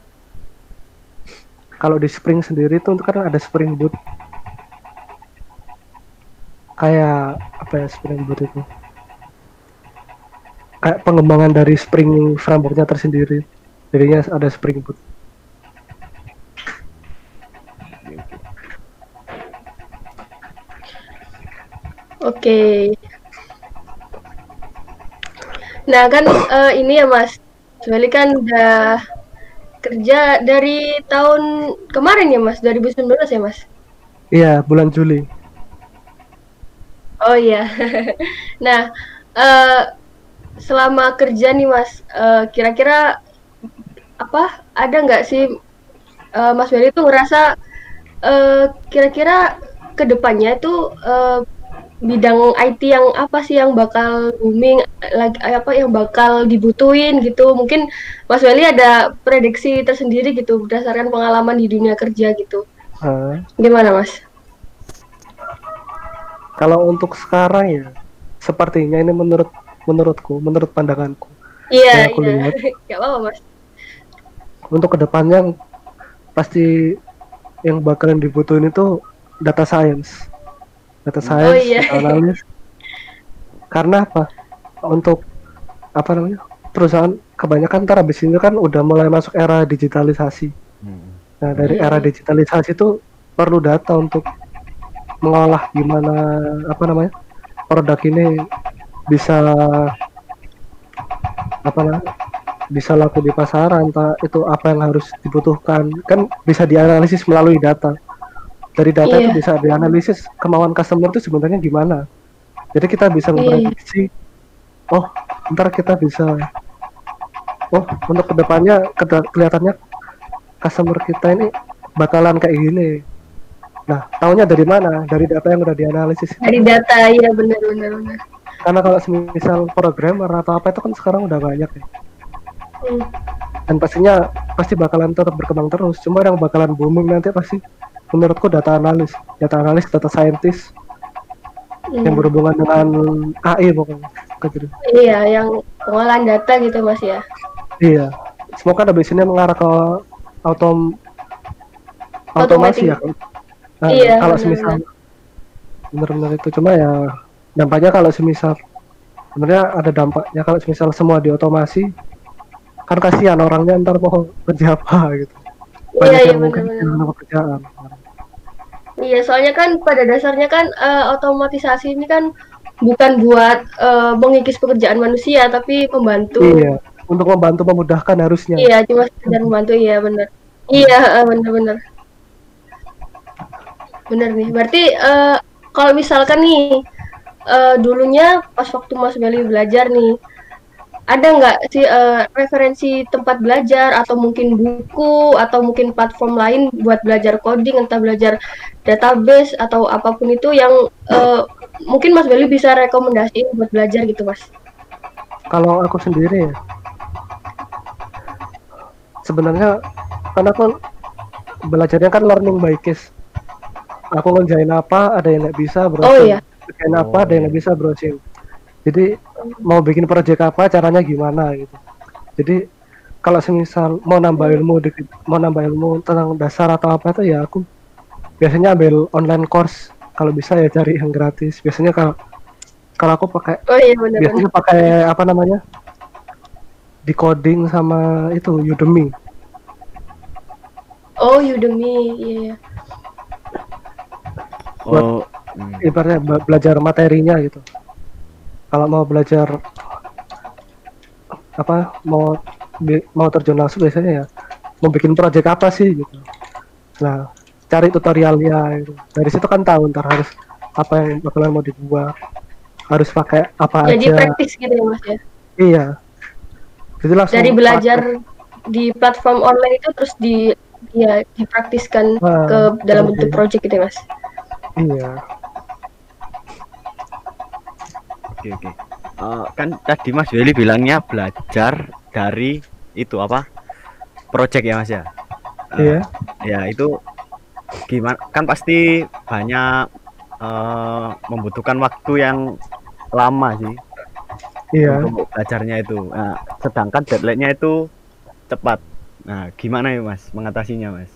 Kalau di Spring sendiri tuh kan ada Spring Boot. Kayak apa ya Spring Boot itu? Kayak pengembangan dari Spring framework-nya tersendiri. Jadinya ada Spring Boot. Oke. Nah kan ini ya Mas, Willy kan udah kerja dari tahun kemarin ya Mas, 2019 ya Mas? Iya, bulan Juli. Oh iya. Nah, selama kerja nih Mas, kira-kira apa ada nggak sih Mas Willy tuh ngerasa kira-kira kedepannya itu bidang IT yang apa sih yang bakal booming, lagi apa yang bakal dibutuhin gitu? Mungkin Mas Willy ada prediksi tersendiri gitu berdasarkan pengalaman di dunia kerja gitu. Gimana Mas? Kalau untuk sekarang ya, sepertinya ini menurut pandanganku. Iya, Yang aku iya. lihat. Gak apa-apa Mas. Untuk kedepannya pasti yang bakalan dibutuhin itu data science, iya. data analis. Karena apa? Untuk apa namanya? Perusahaan kebanyakan ntar habis ini kan udah mulai masuk era digitalisasi. Nah dari era digitalisasi itu perlu data untuk mengolah gimana apa namanya produk ini bisa apa namanya bisa laku di pasaran, entah itu apa yang harus dibutuhkan, kan bisa dianalisis melalui data. Dari data itu bisa dianalisis kemauan customer itu sebenarnya gimana. Jadi kita bisa memprediksi, oh ntar kita bisa, oh untuk kedepannya kelihatannya customer kita ini bakalan kayak gini. Nah, tahunya dari mana? Dari data yang udah dianalisis. Dari data, iya benar. Karena kalau misal programmer atau apa itu kan sekarang udah banyak ya. Dan pasti bakalan tetap berkembang terus. Cuma yang bakalan booming nanti pasti menurutku data analis, data scientist yang berhubungan dengan AI pokoknya. Iya, yang pengolahan data gitu Mas ya. Iya. Semoga habis ini mengarah ke otomasi ya. Nah, iya. Kalau semisal benar-benar itu, cuma ya dampaknya kalau semisal sebenarnya ada dampaknya kalau semisal semua diotomasi, kan kasihan orangnya ntar mau kerja apa gitu. Banyak yang mungkin kehilangan pekerjaan. Iya, soalnya kan pada dasarnya kan otomatisasi ini kan bukan buat mengikis pekerjaan manusia, tapi membantu untuk membantu memudahkan harusnya. Iya, cuma sekedar membantu, iya benar. Iya, benar-benar. Benar nih. Berarti kalau misalkan nih dulunya pas waktu Mas Meli belajar nih, ada nggak sih referensi tempat belajar atau mungkin buku atau mungkin platform lain buat belajar coding, entah belajar database atau apapun itu yang mungkin Mas Meli bisa rekomendasiin buat belajar gitu, Mas? Kalau aku sendiri ya, sebenarnya karena aku belajarnya kan learning by case. Aku ngerjain apa, ada yang nggak bisa browsing. Oh iya. Ngerjain apa, ada yang nggak bisa browsing. Jadi mau bikin project apa, caranya gimana gitu. Jadi kalau semisal mau nambah ilmu tentang dasar atau apa itu ya aku biasanya ambil online course. Kalau bisa ya cari yang gratis. Biasanya kalau aku pakai Oh iya benar. biasanya pakai apa namanya? Decoding sama itu Udemy. Oh, Udemy, iya. Oh, Ibaratnya belajar materinya gitu. Kalau mau belajar apa mau terjun langsung biasanya ya mau bikin project apa sih gitu. Nah, cari tutorialnya gitu. Dari situ kan tahu ntar harus apa yang bakalan mau dibuat, harus pakai apa Jadi aja. praktis gitu ya, Mas ya. Iya. Jadi langsung Dari belajar di platform online itu terus dipraktiskan ke dalam bentuk project gitu ya, Mas. Iya. oke. Kan tadi Mas Willy bilangnya belajar dari itu apa? Project ya Mas ya? Iya. Ya itu gimana? Kan pasti banyak membutuhkan waktu yang lama sih Iya. untuk belajarnya itu. Nah, sedangkan deadline-nya itu cepat. Nah, gimana ya Mas mengatasinya Mas?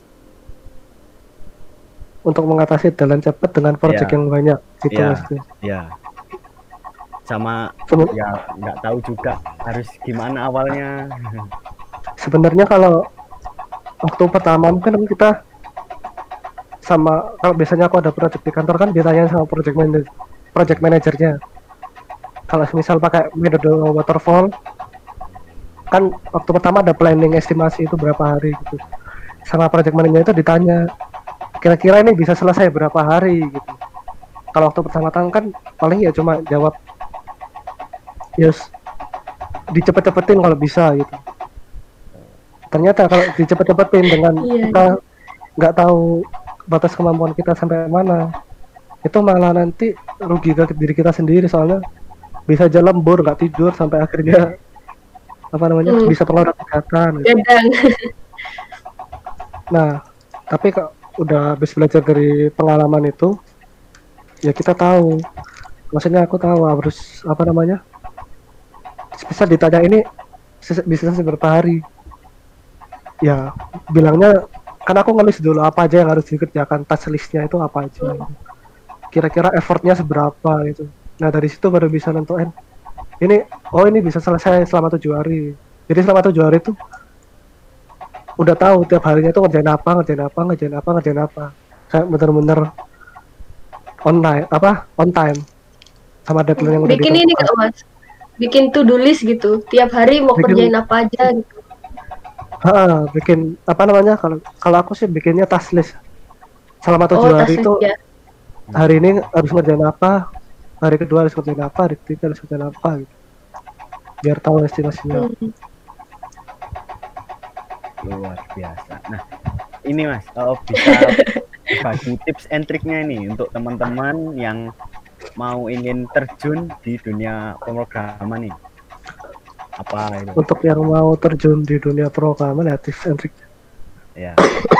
Untuk mengatasi jalan cepat dengan project Iya. yang banyak gitu Iya. Mas. Ya, sama Seben- ya nggak tahu juga harus gimana awalnya. Sebenarnya kalau waktu pertama mungkin kita kalau biasanya aku ada project di kantor kan ditanya sama project manajernya. Kalau misal pakai metode waterfall kan waktu pertama ada planning estimasi itu berapa hari gitu. Sama project manajernya itu ditanya kira-kira ini bisa selesai berapa hari gitu. Kalau waktu pertama kan paling ya cuma jawab yes dicepet-cepetin kalau bisa gitu. Ternyata kalau dicepet-cepetin dengan kita nggak tahu batas kemampuan kita sampai mana, itu malah nanti rugi ke diri kita sendiri, soalnya bisa aja lembur nggak tidur sampai akhirnya apa namanya bisa pengaruh kesehatan gitu. Nah tapi kalau udah habis belajar dari pengalaman itu ya kita tahu, maksudnya aku tahu harus apa namanya, bisa ditanya ini bisa beberapa hari ya, bilangnya kan aku ngelis dulu apa aja yang harus dikerjakan, task listnya itu apa aja, kira-kira effortnya seberapa gitu. Nah dari situ baru bisa nentuin ini bisa selesai selama 7 hari. Jadi selama 7 hari itu udah tahu tiap harinya itu ngerjain apa, kayak bener-bener on time sama deadline yang udah bikin ini Kak Mas, bikin to do list gitu, tiap hari mau kerjain apa aja gitu. Bikin apa namanya, kalau aku sih bikinnya task list selama 7 hari itu ya. Hari ini harus ngerjain apa, hari kedua harus ngerjain apa, hari ketiga harus ngerjain apa gitu, biar tahu estimasinya. Luar biasa. Nah ini Mas bisa bagi tips and triknya ini untuk teman-teman yang mau ingin terjun di dunia pemrograman nih, apa itu? Untuk yang mau terjun di dunia programan ya tips and trick Ya.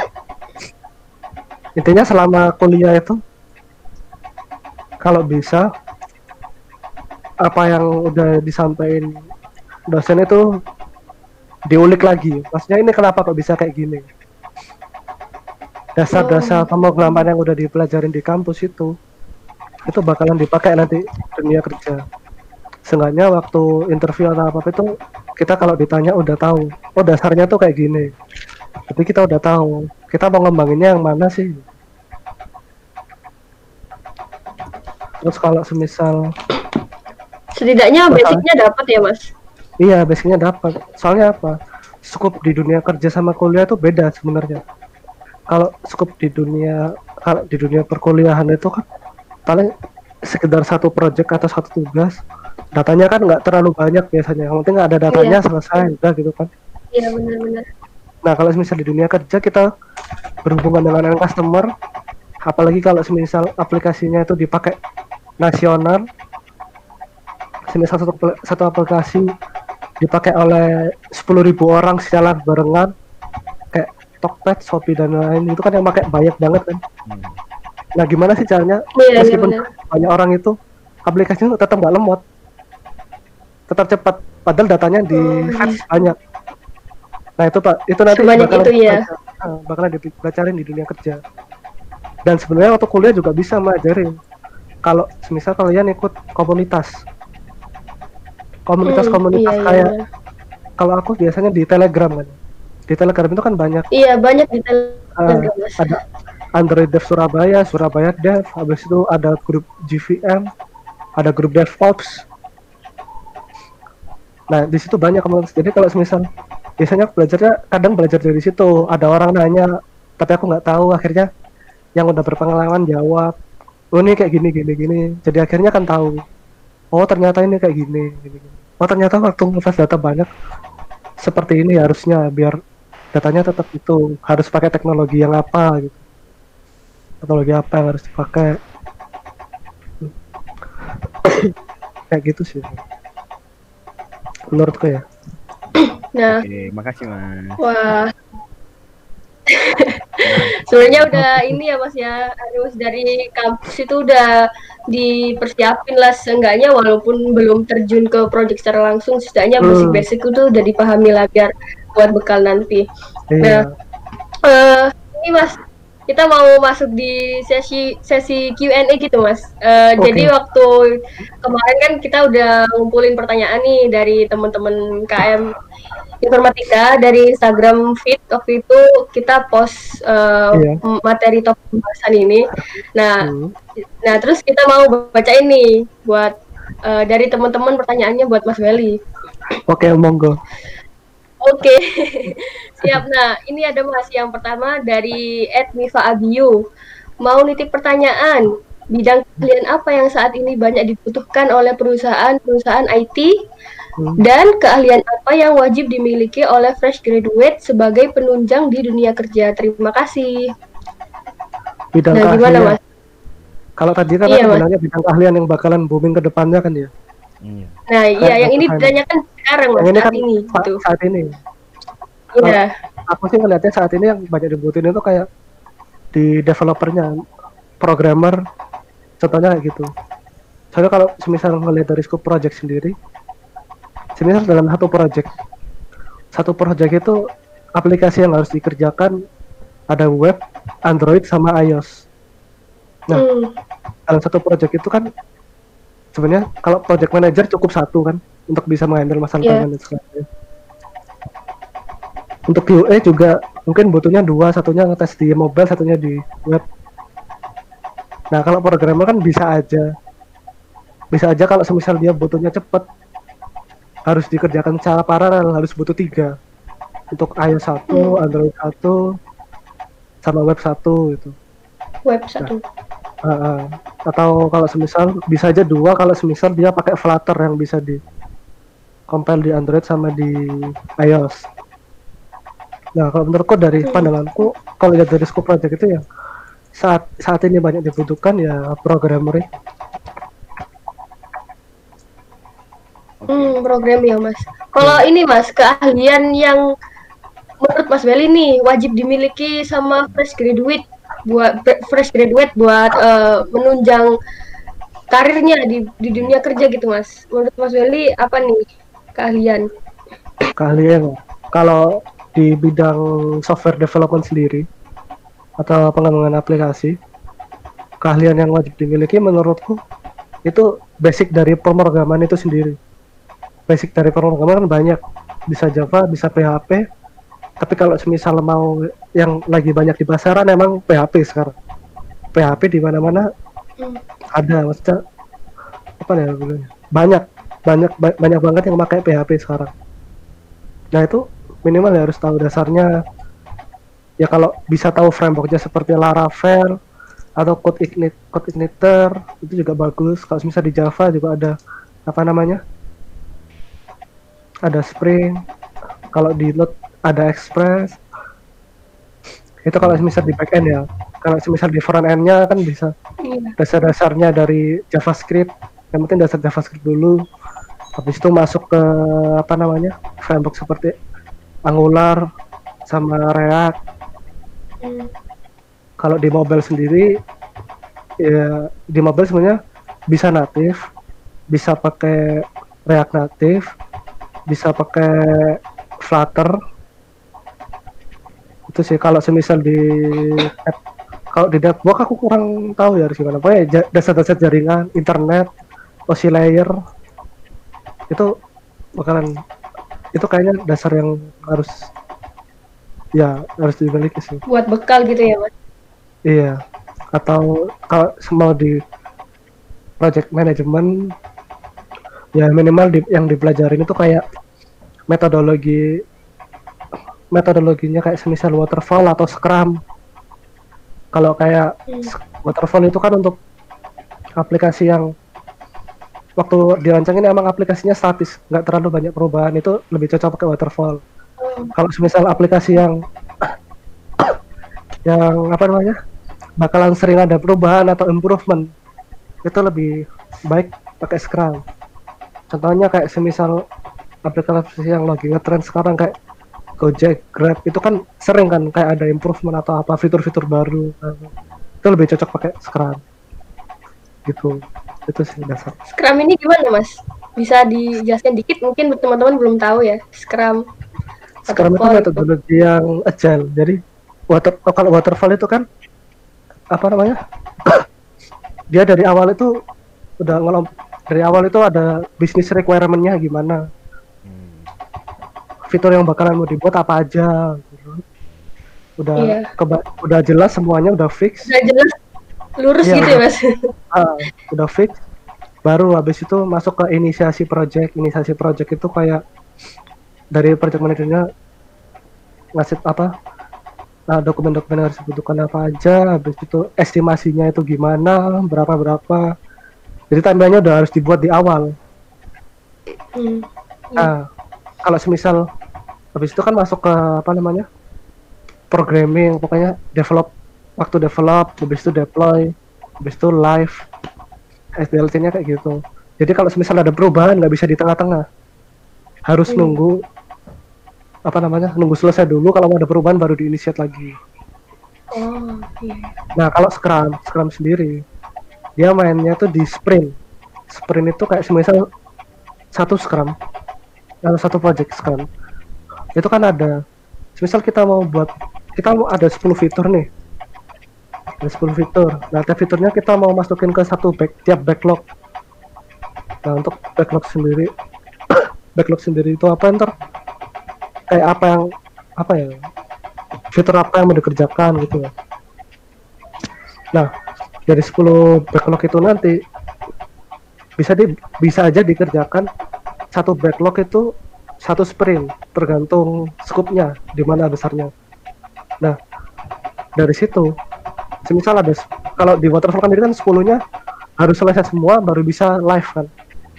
Intinya selama kuliah itu kalau bisa apa yang udah disampaikan dosen itu diulik lagi, maksudnya ini kenapa kok bisa kayak gini, dasar-dasar pemrograman yang udah dipelajarin di kampus itu bakalan dipakai nanti dunia kerja. Seenggaknya waktu interview atau apa itu kita kalau ditanya udah tahu, oh dasarnya tuh kayak gini, jadi kita udah tahu kita mau ngembanginnya yang mana sih. Terus kalau semisal setidaknya basicnya dapat ya Mas. Iya, basicnya dapat. Soalnya apa? Skup di dunia kerja sama kuliah itu beda sebenarnya. Kalau skup di dunia kalau di dunia perkuliahan itu kan paling sekedar satu project atau satu tugas. Datanya kan nggak terlalu banyak biasanya. Yang penting ada datanya Iya. selesai udah gitu kan. Iya, benar-benar. Nah, kalau misal di dunia kerja kita berhubungan dengan end customer, apalagi kalau semisal aplikasinya itu dipakai nasional, semisal satu aplikasi dipakai oleh 10.000 orang secara barengan, kayak Tokped, Shopee dan lain itu kan yang pakai banyak banget kan. Hmm. Nah, gimana sih caranya Iya, meskipun benar. banyak orang itu aplikasinya tetap nggak lemot, tetap cepat, padahal datanya di Oh, fetch banyak. Nah, itu Pak, itu nanti Sebanyak bakalan itu ya. bakalan dipelajarin di dunia kerja. Dan sebenarnya waktu kuliah juga bisa melajarin. Kalau semisal kalian ikut komunitas Iya, iya, kayak benar. kalau aku biasanya di Telegram kan. Di Telegram itu kan banyak Iya, banyak di eh, Telegram, Mas. ada Android Dev Surabaya, Surabaya Dev, habis itu ada grup GVM, ada grup DevOps. Nah, di situ banyak komunitas. Jadi kalau semisal biasanya kadang belajar dari situ. Ada orang nanya, tapi aku nggak tahu. Akhirnya yang udah berpengalaman jawab, oh ini kayak gini gini gini. Jadi akhirnya kan tahu. Oh ternyata ini kayak gini, gini, gini. Oh ternyata waktu nge-flash data banyak seperti ini harusnya biar datanya tetap itu harus pakai teknologi yang apa gitu. Teknologi apa yang harus dipakai. Kayak gitu sih. Menurutku ya. Nah, Oke, makasih Mas. wah, sebenarnya udah ini ya Mas ya, harus dari kampus itu udah dipersiapin lah seenggaknya walaupun belum terjun ke project secara langsung, setidaknya basic-basic itu udah dipahami lah biar buat bekal nanti. Iya. Ini Mas, kita mau masuk di sesi Q&A gitu Mas. Jadi waktu kemarin kan kita udah ngumpulin pertanyaan nih dari teman-teman KM Informatika dari Instagram feed. Waktu itu kita post materi topik pembahasan ini. Nah terus kita mau baca ini buat dari teman-teman pertanyaannya buat Mas Welly. Oke, monggo. Oke, siap. Nah, ini ada Mas yang pertama dari @mifa_abiyu. Mau nitip pertanyaan, bidang keahlian apa yang saat ini banyak dibutuhkan oleh perusahaan IT dan keahlian apa yang wajib dimiliki oleh fresh graduate sebagai penunjang di dunia kerja? Terima kasih. Bidang nah, gimana Mas? Kalau tadi kan bilangnya bidang keahlian yang bakalan booming ke depannya kan ya? Nah, iya, yang ini ditanyakan sekarang Mas, ini saat kan ini. Gitu. Saat ini. Iya. Aku sih ngeliatnya saat ini yang banyak dibutuhin itu kayak di developernya, programmer, contohnya kayak gitu. Soalnya kalau semisal ngeliat dari scope project sendiri, semisal dalam satu project itu aplikasi yang harus dikerjakan ada web, Android, sama iOS. Nah, dalam satu project itu kan sebenarnya kalau project manager cukup satu kan untuk bisa menghandle masalah dan sebagainya. Untuk QA juga mungkin butuhnya dua, satunya ngetes di mobile, satunya di web. Nah kalau programmer kan bisa aja kalau semisal dia butuhnya cepat harus dikerjakan secara paralel, harus butuh 3 untuk iOS 1, Android 1, sama web 1 itu. Web 1. Atau kalau semisal bisa aja 2 kalau semisal dia pakai Flutter yang bisa di compile di Android sama di iOS. Nah kalau menurutku dari pandanganku, kalau lihat dari scope project itu ya saat ini banyak dibutuhkan ya programmer. Program ya Mas. Kalau ini Mas, keahlian yang menurut Mas Welly nih wajib dimiliki sama fresh graduate buat menunjang karirnya di dunia kerja gitu Mas. Menurut Mas Welly apa nih keahlian? Kalau di bidang software development sendiri atau pengembangan aplikasi, keahlian yang wajib dimiliki menurutku itu basic dari pemrograman itu sendiri. Basic dari pemrograman kan banyak, bisa Java, bisa PHP. Tapi kalau semisal mau yang lagi banyak di pasaran emang PHP sekarang. PHP di mana-mana ada, maksudnya apa ya bilangnya? Banyak banyak banget yang pakai PHP sekarang. Nah itu minimal ya harus tahu dasarnya. Ya kalau bisa tahu frameworknya seperti Laravel atau Code Igniter itu juga bagus. Kalau misalnya di Java juga ada apa namanya? Ada Spring. Kalau di Node ada Express. Itu kalau misal di backend ya. Kalau misal di front end-nya kan bisa Iya. dasar-dasarnya dari JavaScript. Yang penting dasar JavaScript dulu. Habis itu masuk ke apa namanya? Framework seperti Angular sama React. Kalau di mobile sendiri ya di mobile sebenarnya bisa native, bisa pakai React Native, bisa pakai Flutter. Itu sih kalau semisal di kalau di network aku kurang tahu ya harus gimana. Pokoknya dasar-dasar jaringan, internet, OSI layer itu bakalan itu kayaknya dasar yang harus dimiliki sih. Buat bekal gitu ya, Mas. Iya. Atau kalau mau di project management ya minimal yang dipelajarin itu kayak metodologinya kayak semisal waterfall atau scrum. Kalau kayak waterfall itu kan untuk aplikasi yang waktu dirancangin emang aplikasinya statis, nggak terlalu banyak perubahan, itu lebih cocok pakai waterfall. Kalau semisal aplikasi yang apa namanya bakalan sering ada perubahan atau improvement, itu lebih baik pakai Scrum. Contohnya kayak semisal aplikasi yang lagi ngetrend sekarang kayak Gojek, Grab, itu kan sering kan kayak ada improvement atau apa fitur-fitur baru, itu lebih cocok pakai Scrum gitu. Itu sih dasar. Scrum ini gimana, Mas? Bisa dijelaskan dikit, mungkin teman-teman belum tahu ya Scrum. Scrum itu metodologi yang agile. Jadi kalau waterfall itu kan apa namanya? Dia dari awal itu dari awal itu ada business requirement-nya gimana. Fitur yang bakalan mau dibuat apa aja gitu. Udah jelas semuanya, udah fix. Udah jelas lurus gitu ya, Mas. Udah fix. Baru habis itu masuk ke inisiasi project itu kayak dari project manajernya ngasih apa dokumen-dokumen yang harus dibutuhkan apa aja, habis itu estimasinya itu gimana, berapa, jadi timeline-nya udah harus dibuat di awal. Nah kalau semisal habis itu kan masuk ke apa namanya programming, pokoknya waktu develop, habis itu deploy, habis itu live, SDLC-nya kayak gitu. Jadi kalau semisal ada perubahan nggak bisa di tengah-tengah, harus nunggu selesai dulu. Kalau ada perubahan baru diinisiat lagi. Nah kalau Scrum sendiri dia mainnya tuh di sprint itu kayak semisal satu Scrum atau satu project Scrum itu kan ada semisal kita mau ada 10 fitur nih, ada 10 fitur. Nah tiap fiturnya kita mau masukin ke tiap backlog. Nah untuk backlog sendiri itu apa ntar kayak fitur apa yang mau dikerjakan gitu ya. Nah dari 10 backlog itu nanti bisa aja dikerjakan satu backlog itu satu sprint, tergantung scope-nya di mana besarnya. Nah dari situ semisal kalau di waterfall kan 10-nya harus selesai semua baru bisa live kan.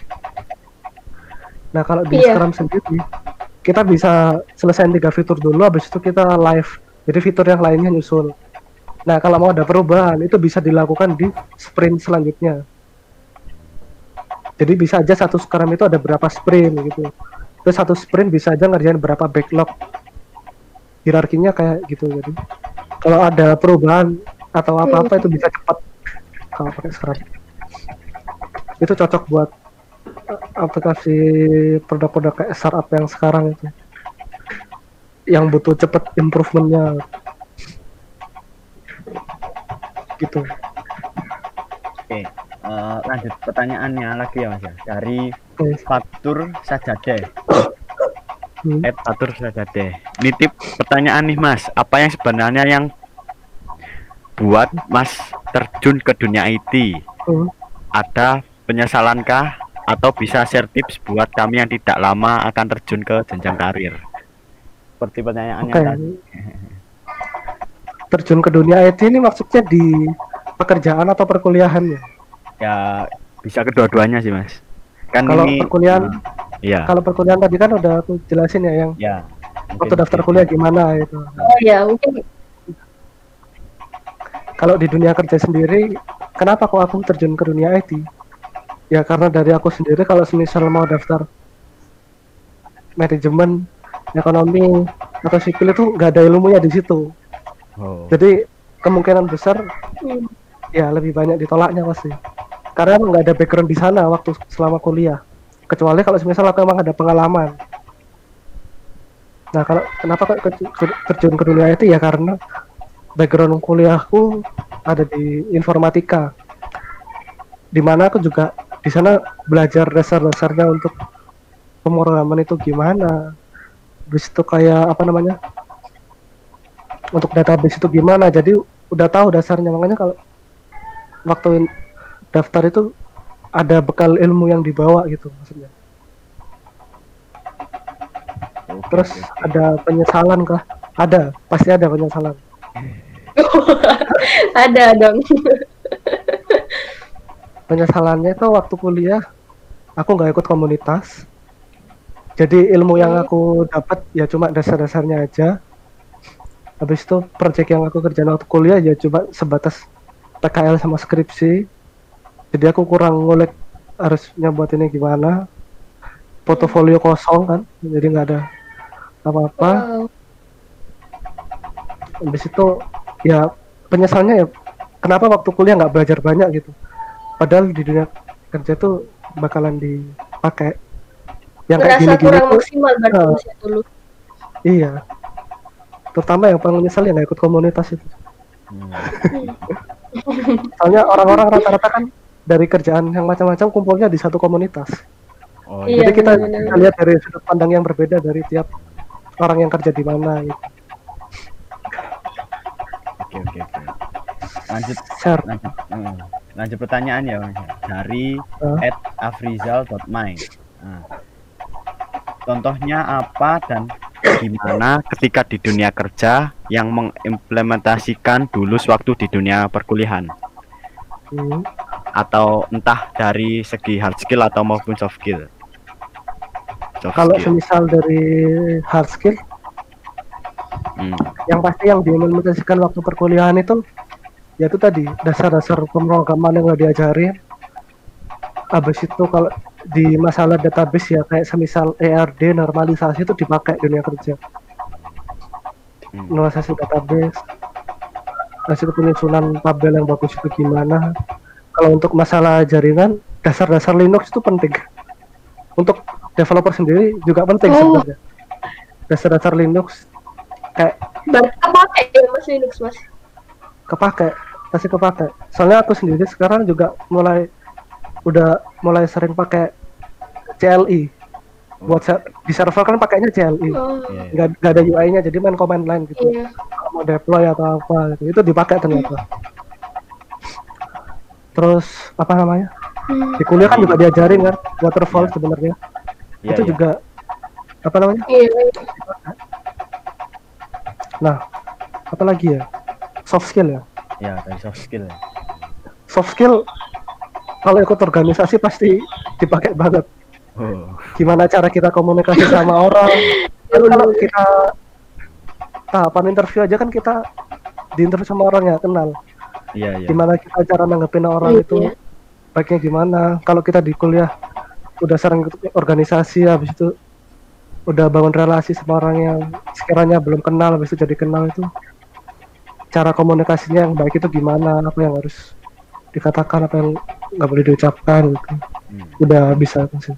Nah kalau di Scrum sendiri kita bisa selesaiin 3 fitur dulu, habis itu kita live, jadi fitur yang lainnya nyusul. Nah kalau mau ada perubahan itu bisa dilakukan di sprint selanjutnya. Jadi bisa aja satu Scrum itu ada berapa sprint gitu, terus satu sprint bisa aja ngerjain berapa backlog, hierarkinya kayak gitu. Jadi kalau ada perubahan atau apa-apa itu bisa cepat kalau pakai Scrum. Itu cocok buat aplikasi produk-produk kayak startup yang sekarang itu yang butuh cepet improvementnya gitu. Oke, lanjut pertanyaannya lagi ya Mas ya, dari Fatur Sajadeh. Fatur Sajadeh nitip pertanyaan nih Mas, apa yang sebenarnya yang buat Mas terjun ke dunia IT? Ada penyesalankah atau bisa share tips buat kami yang tidak lama akan terjun ke jenjang karir. Seperti pertanyaannya Oke. tadi. Terjun ke dunia IT ini maksudnya di pekerjaan atau perkuliahan ya? Ya bisa kedua-duanya sih Mas. Kan Kalau ini perkuliahan, iya. kalau perkuliahan tadi kan udah aku jelasin ya yang Ya. waktu daftar kuliah gimana itu. Oh ya, mungkin Kalau di dunia kerja sendiri, kenapa kok aku terjun ke dunia IT? Ya karena dari aku sendiri kalau semisal mau daftar manajemen, ekonomi atau sipil itu nggak ada ilmunya di situ. Oh. Jadi kemungkinan besar hmm, ya lebih banyak ditolaknya pasti. Karena emang nggak ada background di sana waktu selama kuliah. Kecuali kalau semisal aku emang ada pengalaman. Nah kalau kenapa kok terjun ke dunia IT ya karena background kuliahku ada di informatika, dimana aku juga di sana belajar dasar-dasarnya untuk pemrograman itu gimana, habis itu kayak apa namanya untuk database itu gimana, jadi udah tahu dasarnya. Makanya kalau waktu daftar itu ada bekal ilmu yang dibawa gitu maksudnya. Oke, Terus oke, oke. ada penyesalan kah? Ada, pasti ada penyesalan. ada dong. Penyesalannya itu waktu kuliah aku nggak ikut komunitas, jadi ilmu yang aku dapat ya cuma dasar-dasarnya aja. Habis itu project yang aku kerjain waktu kuliah ya cuma sebatas PKL sama skripsi, jadi aku kurang ngulik harusnya buat ini gimana. Portofolio kosong kan, jadi nggak ada apa-apa. Wow. Habis itu ya penyesalnya ya kenapa waktu kuliah nggak belajar banyak gitu, padahal di dunia kerja tuh bakalan dipakai yang kayak Ngerasa gini-gini kurang tuh. maksimal berarti Ah. Mas ya dulu. Iya, terutama yang paling menyesal yang nggak ikut komunitas itu. Hmm. Soalnya orang-orang rata-rata kan dari kerjaan yang macam-macam kumpulnya di satu komunitas. Oh, Iya, Jadi kita benar-benar. bisa lihat dari sudut pandang yang berbeda dari tiap orang yang kerja di mana gitu. oke, oke, oke. Lanjut, Share. lanjut pertanyaan ya Mas. Dari @afrizal.my. Nah, contohnya apa dan gimana ketika di dunia kerja yang mengimplementasikan dulu waktu di dunia perkuliahan, Hmm. atau entah dari segi hard skill atau maupun soft skill. Kalau semisal dari hard skill, yang pasti yang diimplementasikan waktu perkuliahan itu yaitu tadi dasar-dasar pemrograman yang udah diajarin. Habis itu kalau di masalah database ya kayak semisal ERD normalisasi itu dipakai dunia kerja. Normalisasi database, hasil penyusunan tabel yang bagus itu gimana. Kalau untuk masalah jaringan, dasar-dasar Linux itu penting. Untuk developer sendiri juga penting sebenarnya. Dasar-dasar Linux kayak Berarti kepake ya Mas Linux Mas. kepake, pasti kepake. Soalnya aku sendiri sekarang juga udah mulai sering pakai CLI. Buat di server kan pakainya CLI. Oh, Nggak ada UI-nya, jadi main command line gitu. iya. Kalau mau deploy atau apa gitu, itu dipakai ternyata. Terus apa namanya? Di kuliah kan juga diajarin kan waterfall sebenarnya. Iya, Itu iya. juga apa namanya? Iya. Nah, apa lagi ya? Soft skill ya. Ya, dari soft skill. Soft skill kalau ikut organisasi pasti dipakai banget. Oh, Gimana cara kita komunikasi sama orang. Kan kalau kita tahapan interview aja kan kita diinterview sama orang yang kenal. iya, iya. Gimana kita cara nanggepin orang Iya. itu baiknya gimana. Kalau kita di kuliah udah sering ikut organisasi, habis itu udah bangun relasi sama orang yang sekiranya belum kenal, habis itu jadi kenal, itu cara komunikasinya yang baik itu gimana, apa yang harus dikatakan, apa yang nggak boleh diucapkan gitu. Udah bisa sih.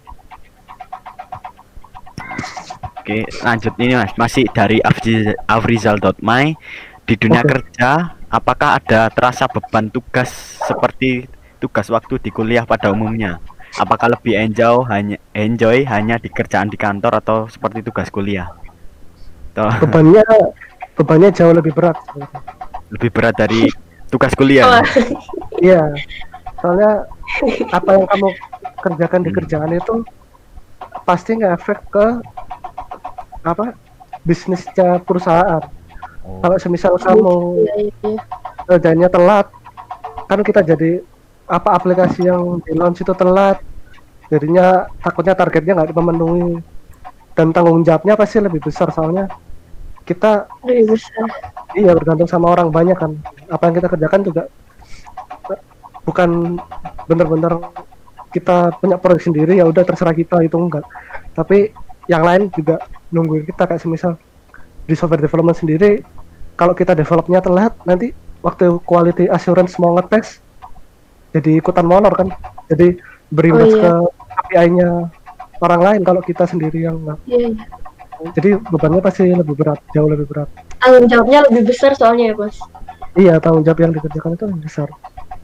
Oke, lanjut ini Mas. Masih dari afrizal.my. Di dunia Oke. kerja, apakah ada terasa beban tugas seperti tugas waktu di kuliah pada umumnya? Apakah lebih enjoy hanya di kerjaan di kantor atau seperti tugas kuliah? Atau Bebannya jauh lebih berat. lebih berat dari tugas kuliah? Oh, Iya, soalnya apa yang kamu kerjakan di kerjaan itu pasti ngefek ke apa bisnisnya perusahaan. Oh, Kalau semisal kamu Iya, iya. kerjanya telat, kan kita jadi apa aplikasi yang di launch itu telat, jadinya takutnya targetnya nggak dipenuhi dan tanggung jawabnya pasti lebih besar soalnya kita Lebih besar. iya bergantung sama orang banyak kan. Apa yang kita kerjakan juga bukan bener-bener kita punya proyek sendiri ya udah terserah kita, itu enggak, tapi yang lain juga nungguin kita. Kayak semisal di software development sendiri, kalau kita developnya telat, nanti waktu quality assurance mau ngetes jadi ikutan molor kan, jadi berimbas Oh, iya. ke KPI-nya orang lain kalau kita sendiri yang enggak. Iya, iya. Jadi bebannya pasti lebih berat, jauh lebih berat. Tanggung jawabnya lebih besar soalnya ya, Mas. Iya, tanggung jawab yang dikerjakan itu lebih besar.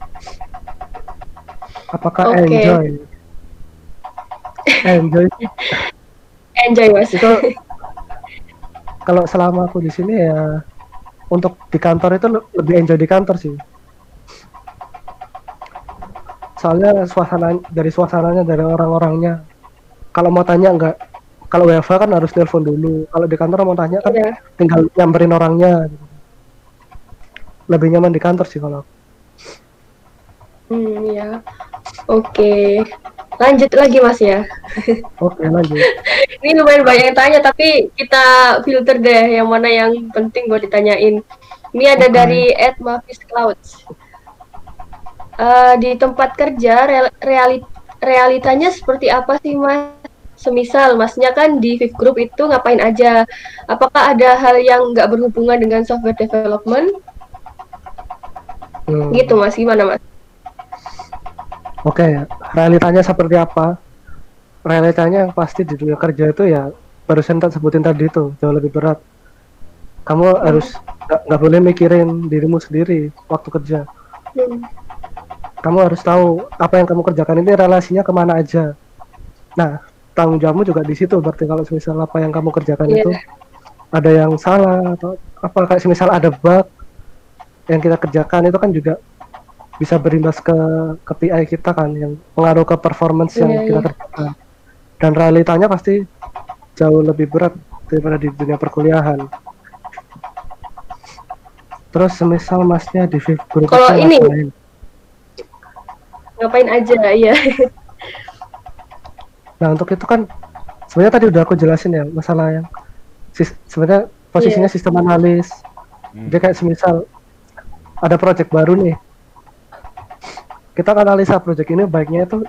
Apakah Oke. enjoy Enjoy, Mas. itu kalau selama aku di sini ya, untuk di kantor itu lebih enjoy di kantor sih, soalnya suasananya dari orang-orangnya. Kalau mau tanya nggak, kalau WFH kan harus telepon dulu, kalau di kantor mau tanya kan Iya. tinggal nyamperin orangnya. Lebih nyaman di kantor sih kalau aku. Ya. Oke. Lanjut lagi, Mas ya. Oke, lanjut. Ini lumayan banyak yang tanya, tapi kita filter deh yang mana yang penting buat ditanyain. Ini ada Oke. dari @mavisclouds. Di tempat kerja realitanya seperti apa sih, Mas? Semisal Masnya kan di Viv Group itu ngapain aja? Apakah ada hal yang nggak berhubungan dengan software development? Gitu, Mas. Gimana, Mas? Oke, realitanya seperti apa? Realitanya yang pasti di dunia kerja itu ya barusan tak sebutin tadi itu jauh lebih berat. Kamu harus nggak boleh mikirin dirimu sendiri waktu kerja. Hmm. Kamu harus tahu apa yang kamu kerjakan ini relasinya kemana aja. Nah, tanggung jawabmu juga di situ. Berarti kalau misal apa yang kamu kerjakan Iya. itu ada yang salah atau apa, kayak misal ada bug yang kita kerjakan itu kan juga bisa berimbas ke KPI kita kan, yang pengaruh ke performance yang Iya, kita iya. kerjakan. Dan realitanya pasti jauh lebih berat daripada di dunia perkuliahan. Terus semisal masnya di Viv Group Kalau itu ini- ngapain? Ngapain aja, iya. Nah, untuk itu kan sebenarnya tadi udah aku jelasin ya, masalah yang sebenarnya posisinya Iya. sistem analis. Dia kayak semisal ada project baru nih, kita analisa project ini baiknya itu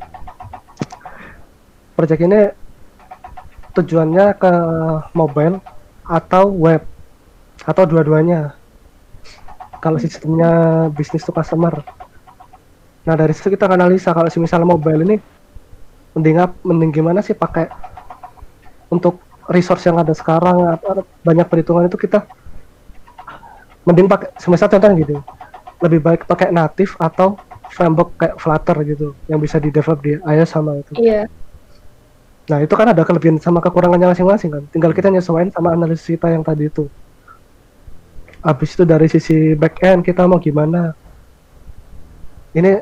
project ini tujuannya ke mobile atau web atau dua-duanya. Kalau sistemnya bisnis to customer. Nah, dari situ kita analisa kalau misalnya mobile ini mending gimana sih pakai untuk resource yang ada sekarang, atau banyak perhitungan itu kita mending pakai semisal contoh gitu. Lebih baik pakai native atau framework kayak Flutter gitu yang bisa di develop di iOS sama itu. Iya. Nah, itu kan ada kelebihan sama kekurangannya masing-masing kan. Tinggal kita nyesuaiin sama analisis kita yang tadi itu. Habis itu dari sisi back end kita mau gimana? Ini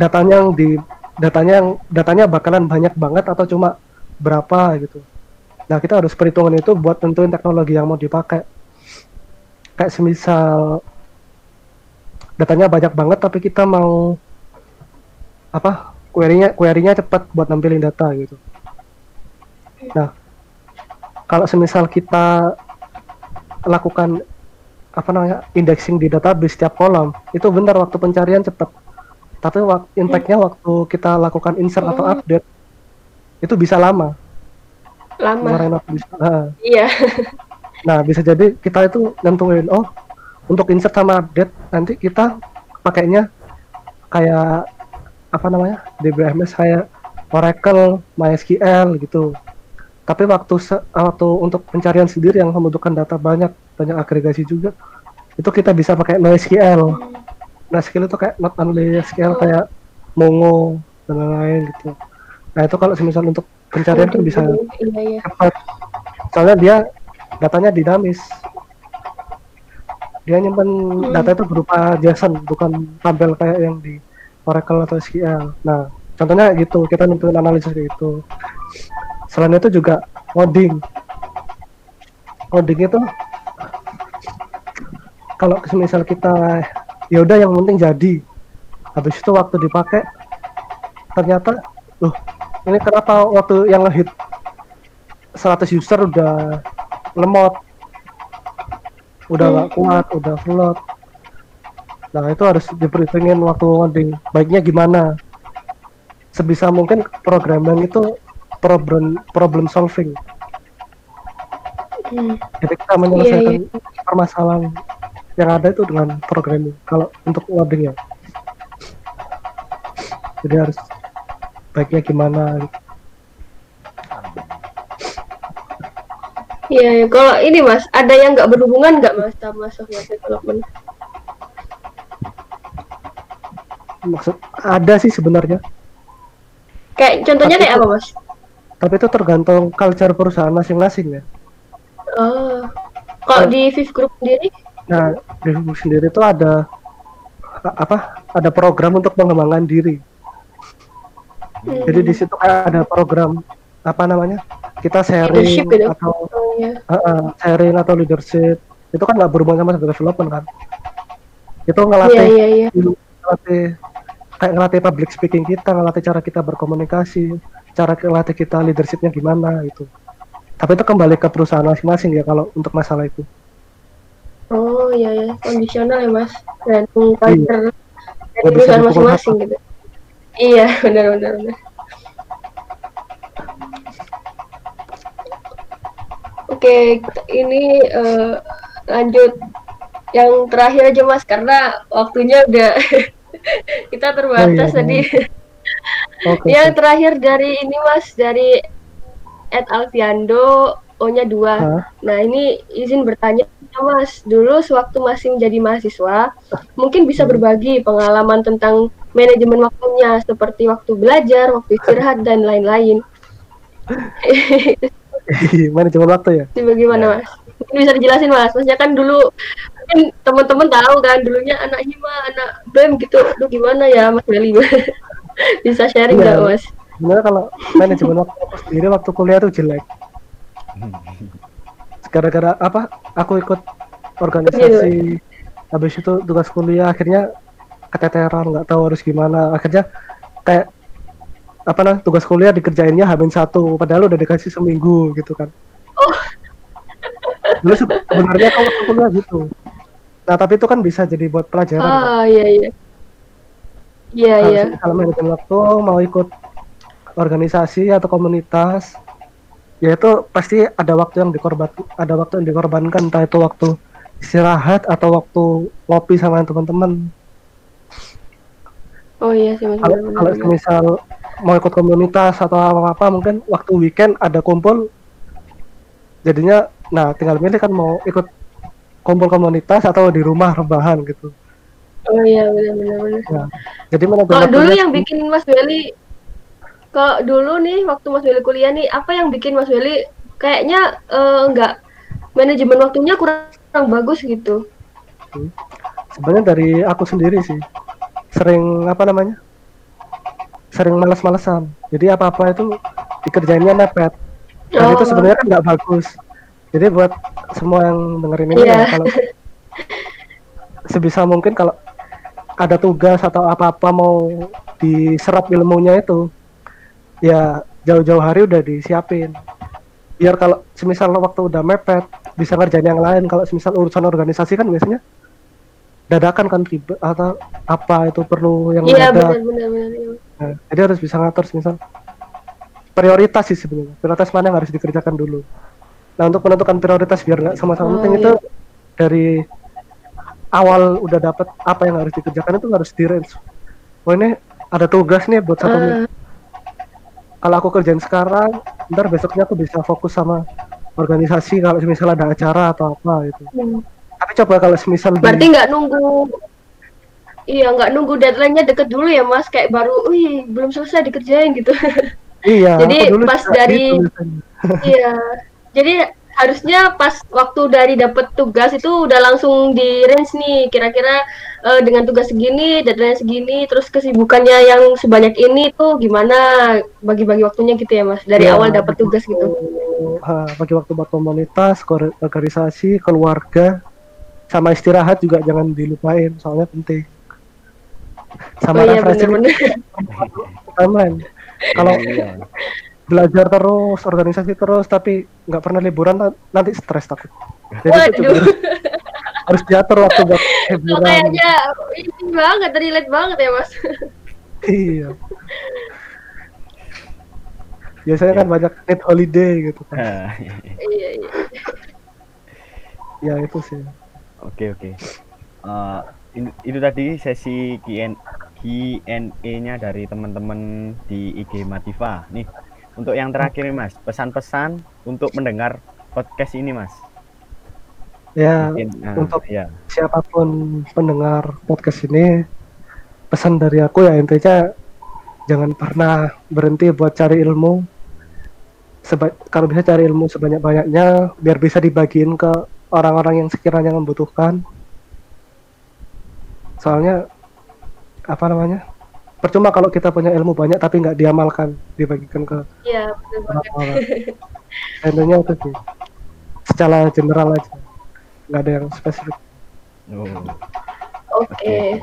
datanya bakalan banyak banget atau cuma berapa gitu. Nah, kita harus perhitungan itu buat tentuin teknologi yang mau dipakai. Kayak semisal datanya banyak banget tapi kita mau apa? Query-nya cepat buat nampilin data gitu. Nah, kalau semisal kita lakukan indexing di database setiap kolom, itu bentar waktu pencarian cepat. Tapi impact-nya waktu kita lakukan insert atau update itu bisa lama. Lama. Ngarahin waktu bisa. Iya. Nah, bisa jadi kita itu nentuin, untuk insert sama update nanti kita pakainya kayak DBMS kayak Oracle, MySQL gitu. Tapi waktu untuk pencarian sendiri yang membutuhkan data banyak agregasi juga, itu kita bisa pakai NoSQL. NoSQL itu kayak not only SQL kayak Mongo dan lain-lain gitu. Nah, itu kalau semisal untuk pencarian kan bisa Iya. cepat. Soalnya dia datanya dinamis. Dia nyimpen data itu berupa JSON, bukan tabel kayak yang di Oracle atau SQL. Nah, Contohnya gitu, kita nentuin analisis gitu. Selain itu juga coding. Coding itu kalau misal kita ya udah yang penting jadi. Habis itu waktu dipakai ternyata ini kenapa waktu yang ngehit 100 user udah lemot, udah nggak kuat, udah float. Nah itu harus dibriefingin waktu coding, baiknya gimana. Sebisa mungkin programming itu problem solving. Jadi kita menyelesaikan permasalahan yang ada itu dengan programming kalau untuk coding ya. Jadi harus baiknya gimana gitu. Iya, kalau ini Mas, ada yang nggak berhubungan nggak Mas sama software development? Maksud ada sih sebenarnya. Kayak contohnya kayak apa Mas? Tapi itu tergantung culture perusahaan masing-masing ya. Oh, kalau di Viv Group sendiri? Nah, di Viv sendiri itu ada ada program untuk pengembangan diri. Jadi di situ kayak ada program apa namanya? Kita sharing Leadership gitu. atau sharing atau leadership. Itu kan nggak berhubungan sama development kan? Itu ngelatih, ngelatih public speaking kita, ngelatih cara kita berkomunikasi, cara ngelatih kita leadershipnya gimana itu. Tapi itu kembali ke perusahaan masing-masing ya kalau untuk masalah itu. Oh iya, kondisional ya Mas. Dan culture dari perusahaan masing-masing gitu. Iya, benar. Oke, ini lanjut yang terakhir aja Mas, karena waktunya udah kita terbatas tadi. Yang terakhir dari ini Mas, dari Ed Alfiando, O-nya 2. Nah ini izin bertanya Mas, dulu sewaktu masih menjadi mahasiswa, mungkin bisa berbagi pengalaman tentang manajemen waktunya, seperti waktu belajar, waktu istirahat, dan lain-lain. Manajemen waktu ya? Bagaimana Mas? Mungkin bisa dijelasin Mas, Masnya kan dulu, mungkin teman-teman tahu kan, dulunya anak HIMA, anak BEM gitu, aduh gimana ya Mas Meli? Bisa sharing nggak Mas? Sebenarnya kalau manajemen waktu sendiri waktu kuliah tuh jelek. Gara-gara apa? Aku ikut organisasi, habis itu tugas kuliah, akhirnya keteteran, nggak tahu harus gimana. Akhirnya kayak tugas kuliah dikerjainnya H-1, padahal udah dikasih seminggu gitu kan. Oh. Dulu sebenarnya kalau kuliah gitu. Nah tapi itu kan bisa jadi buat pelajaran. Ah iya. Kalau manajemen waktu mau ikut organisasi atau komunitas, ya itu pasti ada waktu yang dikorbankan, entah itu waktu istirahat atau waktu ngopi sama teman-teman. Oh iya sih Mas. Kalau misal mau ikut komunitas atau apa mungkin waktu weekend ada kumpul, jadinya nah tinggal milih kan mau ikut kumpul komunitas atau di rumah rebahan gitu. Oh iya benar. Nah, jadi kalau dulu yang bikin Mas Weli, kalau dulu nih waktu Mas Weli kuliah nih, apa yang bikin Mas Weli kayaknya nggak manajemen waktunya kurang bagus gitu? Sebenarnya dari aku sendiri sih, sering malas-malesan. Jadi apa-apa itu dikerjainnya mepet. Dan itu sebenarnya kan nggak bagus. Jadi buat semua yang dengerin ini ya, kalau sebisa mungkin kalau ada tugas atau apa-apa mau diserap ilmunya itu, ya jauh-jauh hari udah disiapin. Biar kalau semisal waktu udah mepet bisa ngerjain yang lain. Kalau semisal urusan organisasi kan biasanya dadakan kan ribet atau apa itu perlu yang mendadak. Benar. Nah, jadi harus bisa ngatur semisal prioritas sih sebenarnya. Prioritas mana yang harus dikerjakan dulu. Nah untuk menentukan prioritas biar nggak sama-sama penting itu dari awal udah dapat apa yang harus dikerjakan itu harus di range. Oh ini ada tugas nih buat 1 minggu. Kalau aku kerjain sekarang, ntar besoknya aku bisa fokus sama organisasi kalau misalnya ada acara atau apa gitu. Tapi coba kalau semisal berarti nggak nunggu deadline-nya deket dulu ya Mas, kayak baru, belum selesai dikerjain gitu. Iya. Jadi pas dari, gitu, iya. Jadi harusnya pas waktu dari dapat tugas itu udah langsung di range nih, kira-kira dengan tugas segini, deadline segini, terus kesibukannya yang sebanyak ini tuh gimana bagi-bagi waktunya gitu ya Mas, dari Iya, awal dapat tugas gitu. bagi waktu buat komunitas, organisasi, keluarga, sama istirahat juga jangan dilupain, soalnya penting. Sama Oh iya refreshing bener-bener. timeline. Kalau Iya. belajar terus, organisasi terus, tapi nggak pernah liburan, nanti stres takut. Jadi itu juga Waduh, harus diatur waktu buat kok liburan. kayaknya ini banget, relate banget ya Mas. Iya. Biasanya kan banyak need holiday gitu kan. Iya, iya. Ya itu sih. Oke. Itu tadi sesi Q&A-nya dari teman-teman di IG Mativa. Nih, untuk yang terakhir nih Mas, pesan-pesan untuk mendengar podcast ini Mas. Ya, Mungkin, untuk ya. siapapun pendengar podcast ini, pesan dari aku ya intinya jangan pernah berhenti buat cari ilmu. Kalau bisa cari ilmu sebanyak-banyaknya biar bisa dibagiin ke orang-orang yang sekiranya membutuhkan. Soalnya apa namanya? Percuma kalau kita punya ilmu banyak tapi nggak diamalkan, dibagikan ke Iya, bener banget. orang-orang. Intinya itu sih. Secara general aja, nggak ada yang spesifik. Oh, Oke.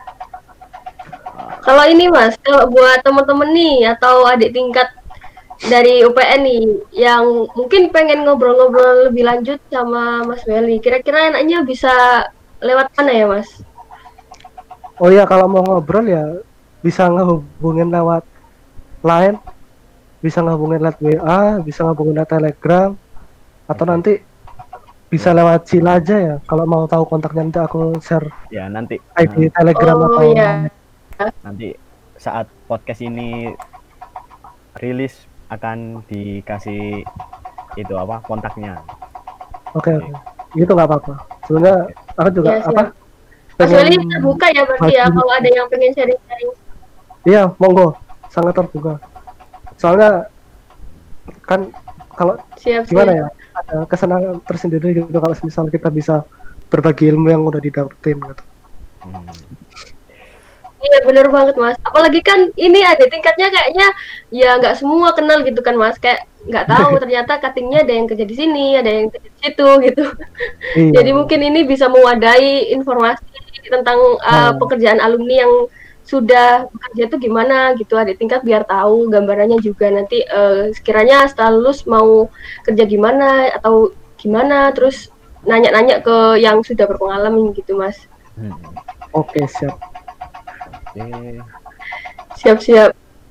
Kalau ini Mas, kalau buat temen-temen nih atau adik tingkat dari UPN nih yang mungkin pengen ngobrol-ngobrol lebih lanjut sama Mas Welly, kira-kira enaknya bisa lewat mana ya Mas? Oh iya, kalau mau ngobrol ya bisa ngehubungin lewat Line, bisa ngehubungin lewat WA, bisa ngehubungin lewat Telegram, atau nanti bisa lewat Sila aja ya. Kalau mau tahu kontaknya nanti aku share ya nanti ID Telegram Oh atau iya. nanti saat podcast ini rilis akan dikasih itu apa kontaknya. Oke. Gitu nggak apa-apa. Sebenarnya aku juga Iya, siap. apa? Mas Welly Pengen terbuka ya berarti ya bagi- kalau ada yang pengen sharing-sharing. Iya, monggo. Sangat terbuka. Soalnya kan kalau Siap, gimana siap. ya? Ada kesenangan tersendiri gitu kalau misal kita bisa berbagi ilmu yang udah didapetin gitu. Hmm. Iya bener banget Mas. Apalagi kan ini ada tingkatnya kayaknya ya nggak semua kenal gitu kan Mas. Kayak nggak tahu ternyata cuttingnya ada yang kerja di sini, ada yang kerja di situ gitu. Iya. Jadi mungkin ini bisa mewadai informasi tentang pekerjaan alumni yang sudah bekerja itu gimana gitu, adik tingkat biar tahu gambarannya juga nanti sekiranya setelah lulus mau kerja gimana atau gimana, terus nanya-nanya ke yang sudah berpengalaman gitu Mas. Oke, siap. Oke. Siap-siap.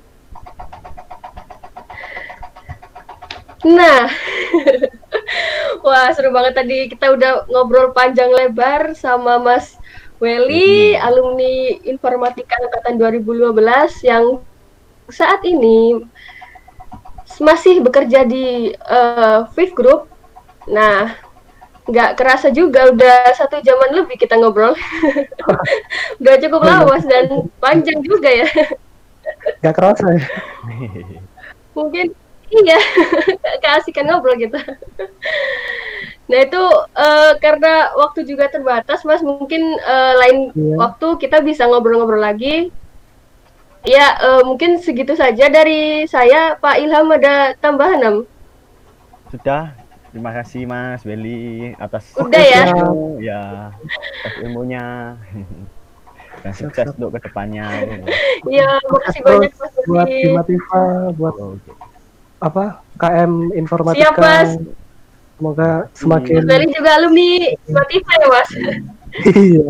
Nah, wah seru banget tadi kita udah ngobrol panjang lebar sama Mas Welly, alumni Informatika angkatan 2012 yang saat ini masih bekerja di Viv Group. Nah, nggak kerasa juga udah 1 jaman lebih kita ngobrol. Udah cukup lama Mas dan panjang juga ya. Gak kerasa ya. Mungkin iya, keasikan ngobrol gitu. Nah itu karena waktu juga terbatas Mas, mungkin lain waktu kita bisa ngobrol-ngobrol lagi. Ya mungkin segitu saja dari saya. Pak Ilham ada tambahan Am? Sudah. Terima kasih Mas Welly atas Udah ya. Ya, atas ilmunya. Dan sukses untuk kedepannya. Iya, makasih banyak Mas Buat Welly. Bimativa, buat apa KM Informatika. Siap Mas. Semoga semakin. Mas Welly juga alumni Bimativa ya Mas. Iya.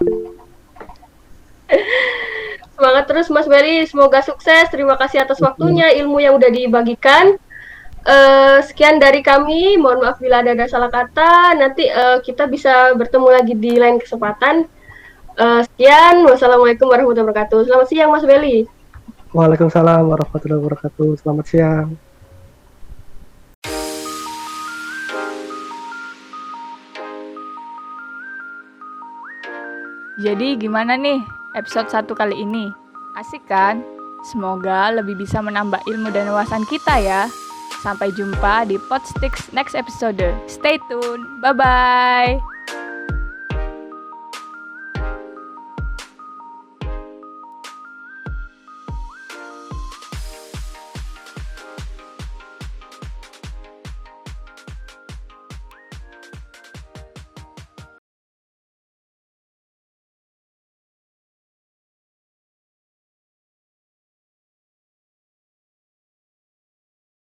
Semangat terus Mas Welly, semoga sukses. Terima kasih atas waktunya, ilmu yang udah dibagikan. Sekian dari kami, mohon maaf bila ada salah kata. Nanti kita bisa bertemu lagi di lain kesempatan. Sekian, wassalamualaikum warahmatullahi wabarakatuh. Selamat siang Mas Welly. Waalaikumsalam warahmatullahi wabarakatuh. Selamat siang. Jadi gimana nih episode 1 kali ini? Asik kan? Semoga lebih bisa menambah ilmu dan wawasan kita ya. Sampai jumpa di Podsticks next episode. Stay tune. Bye-bye.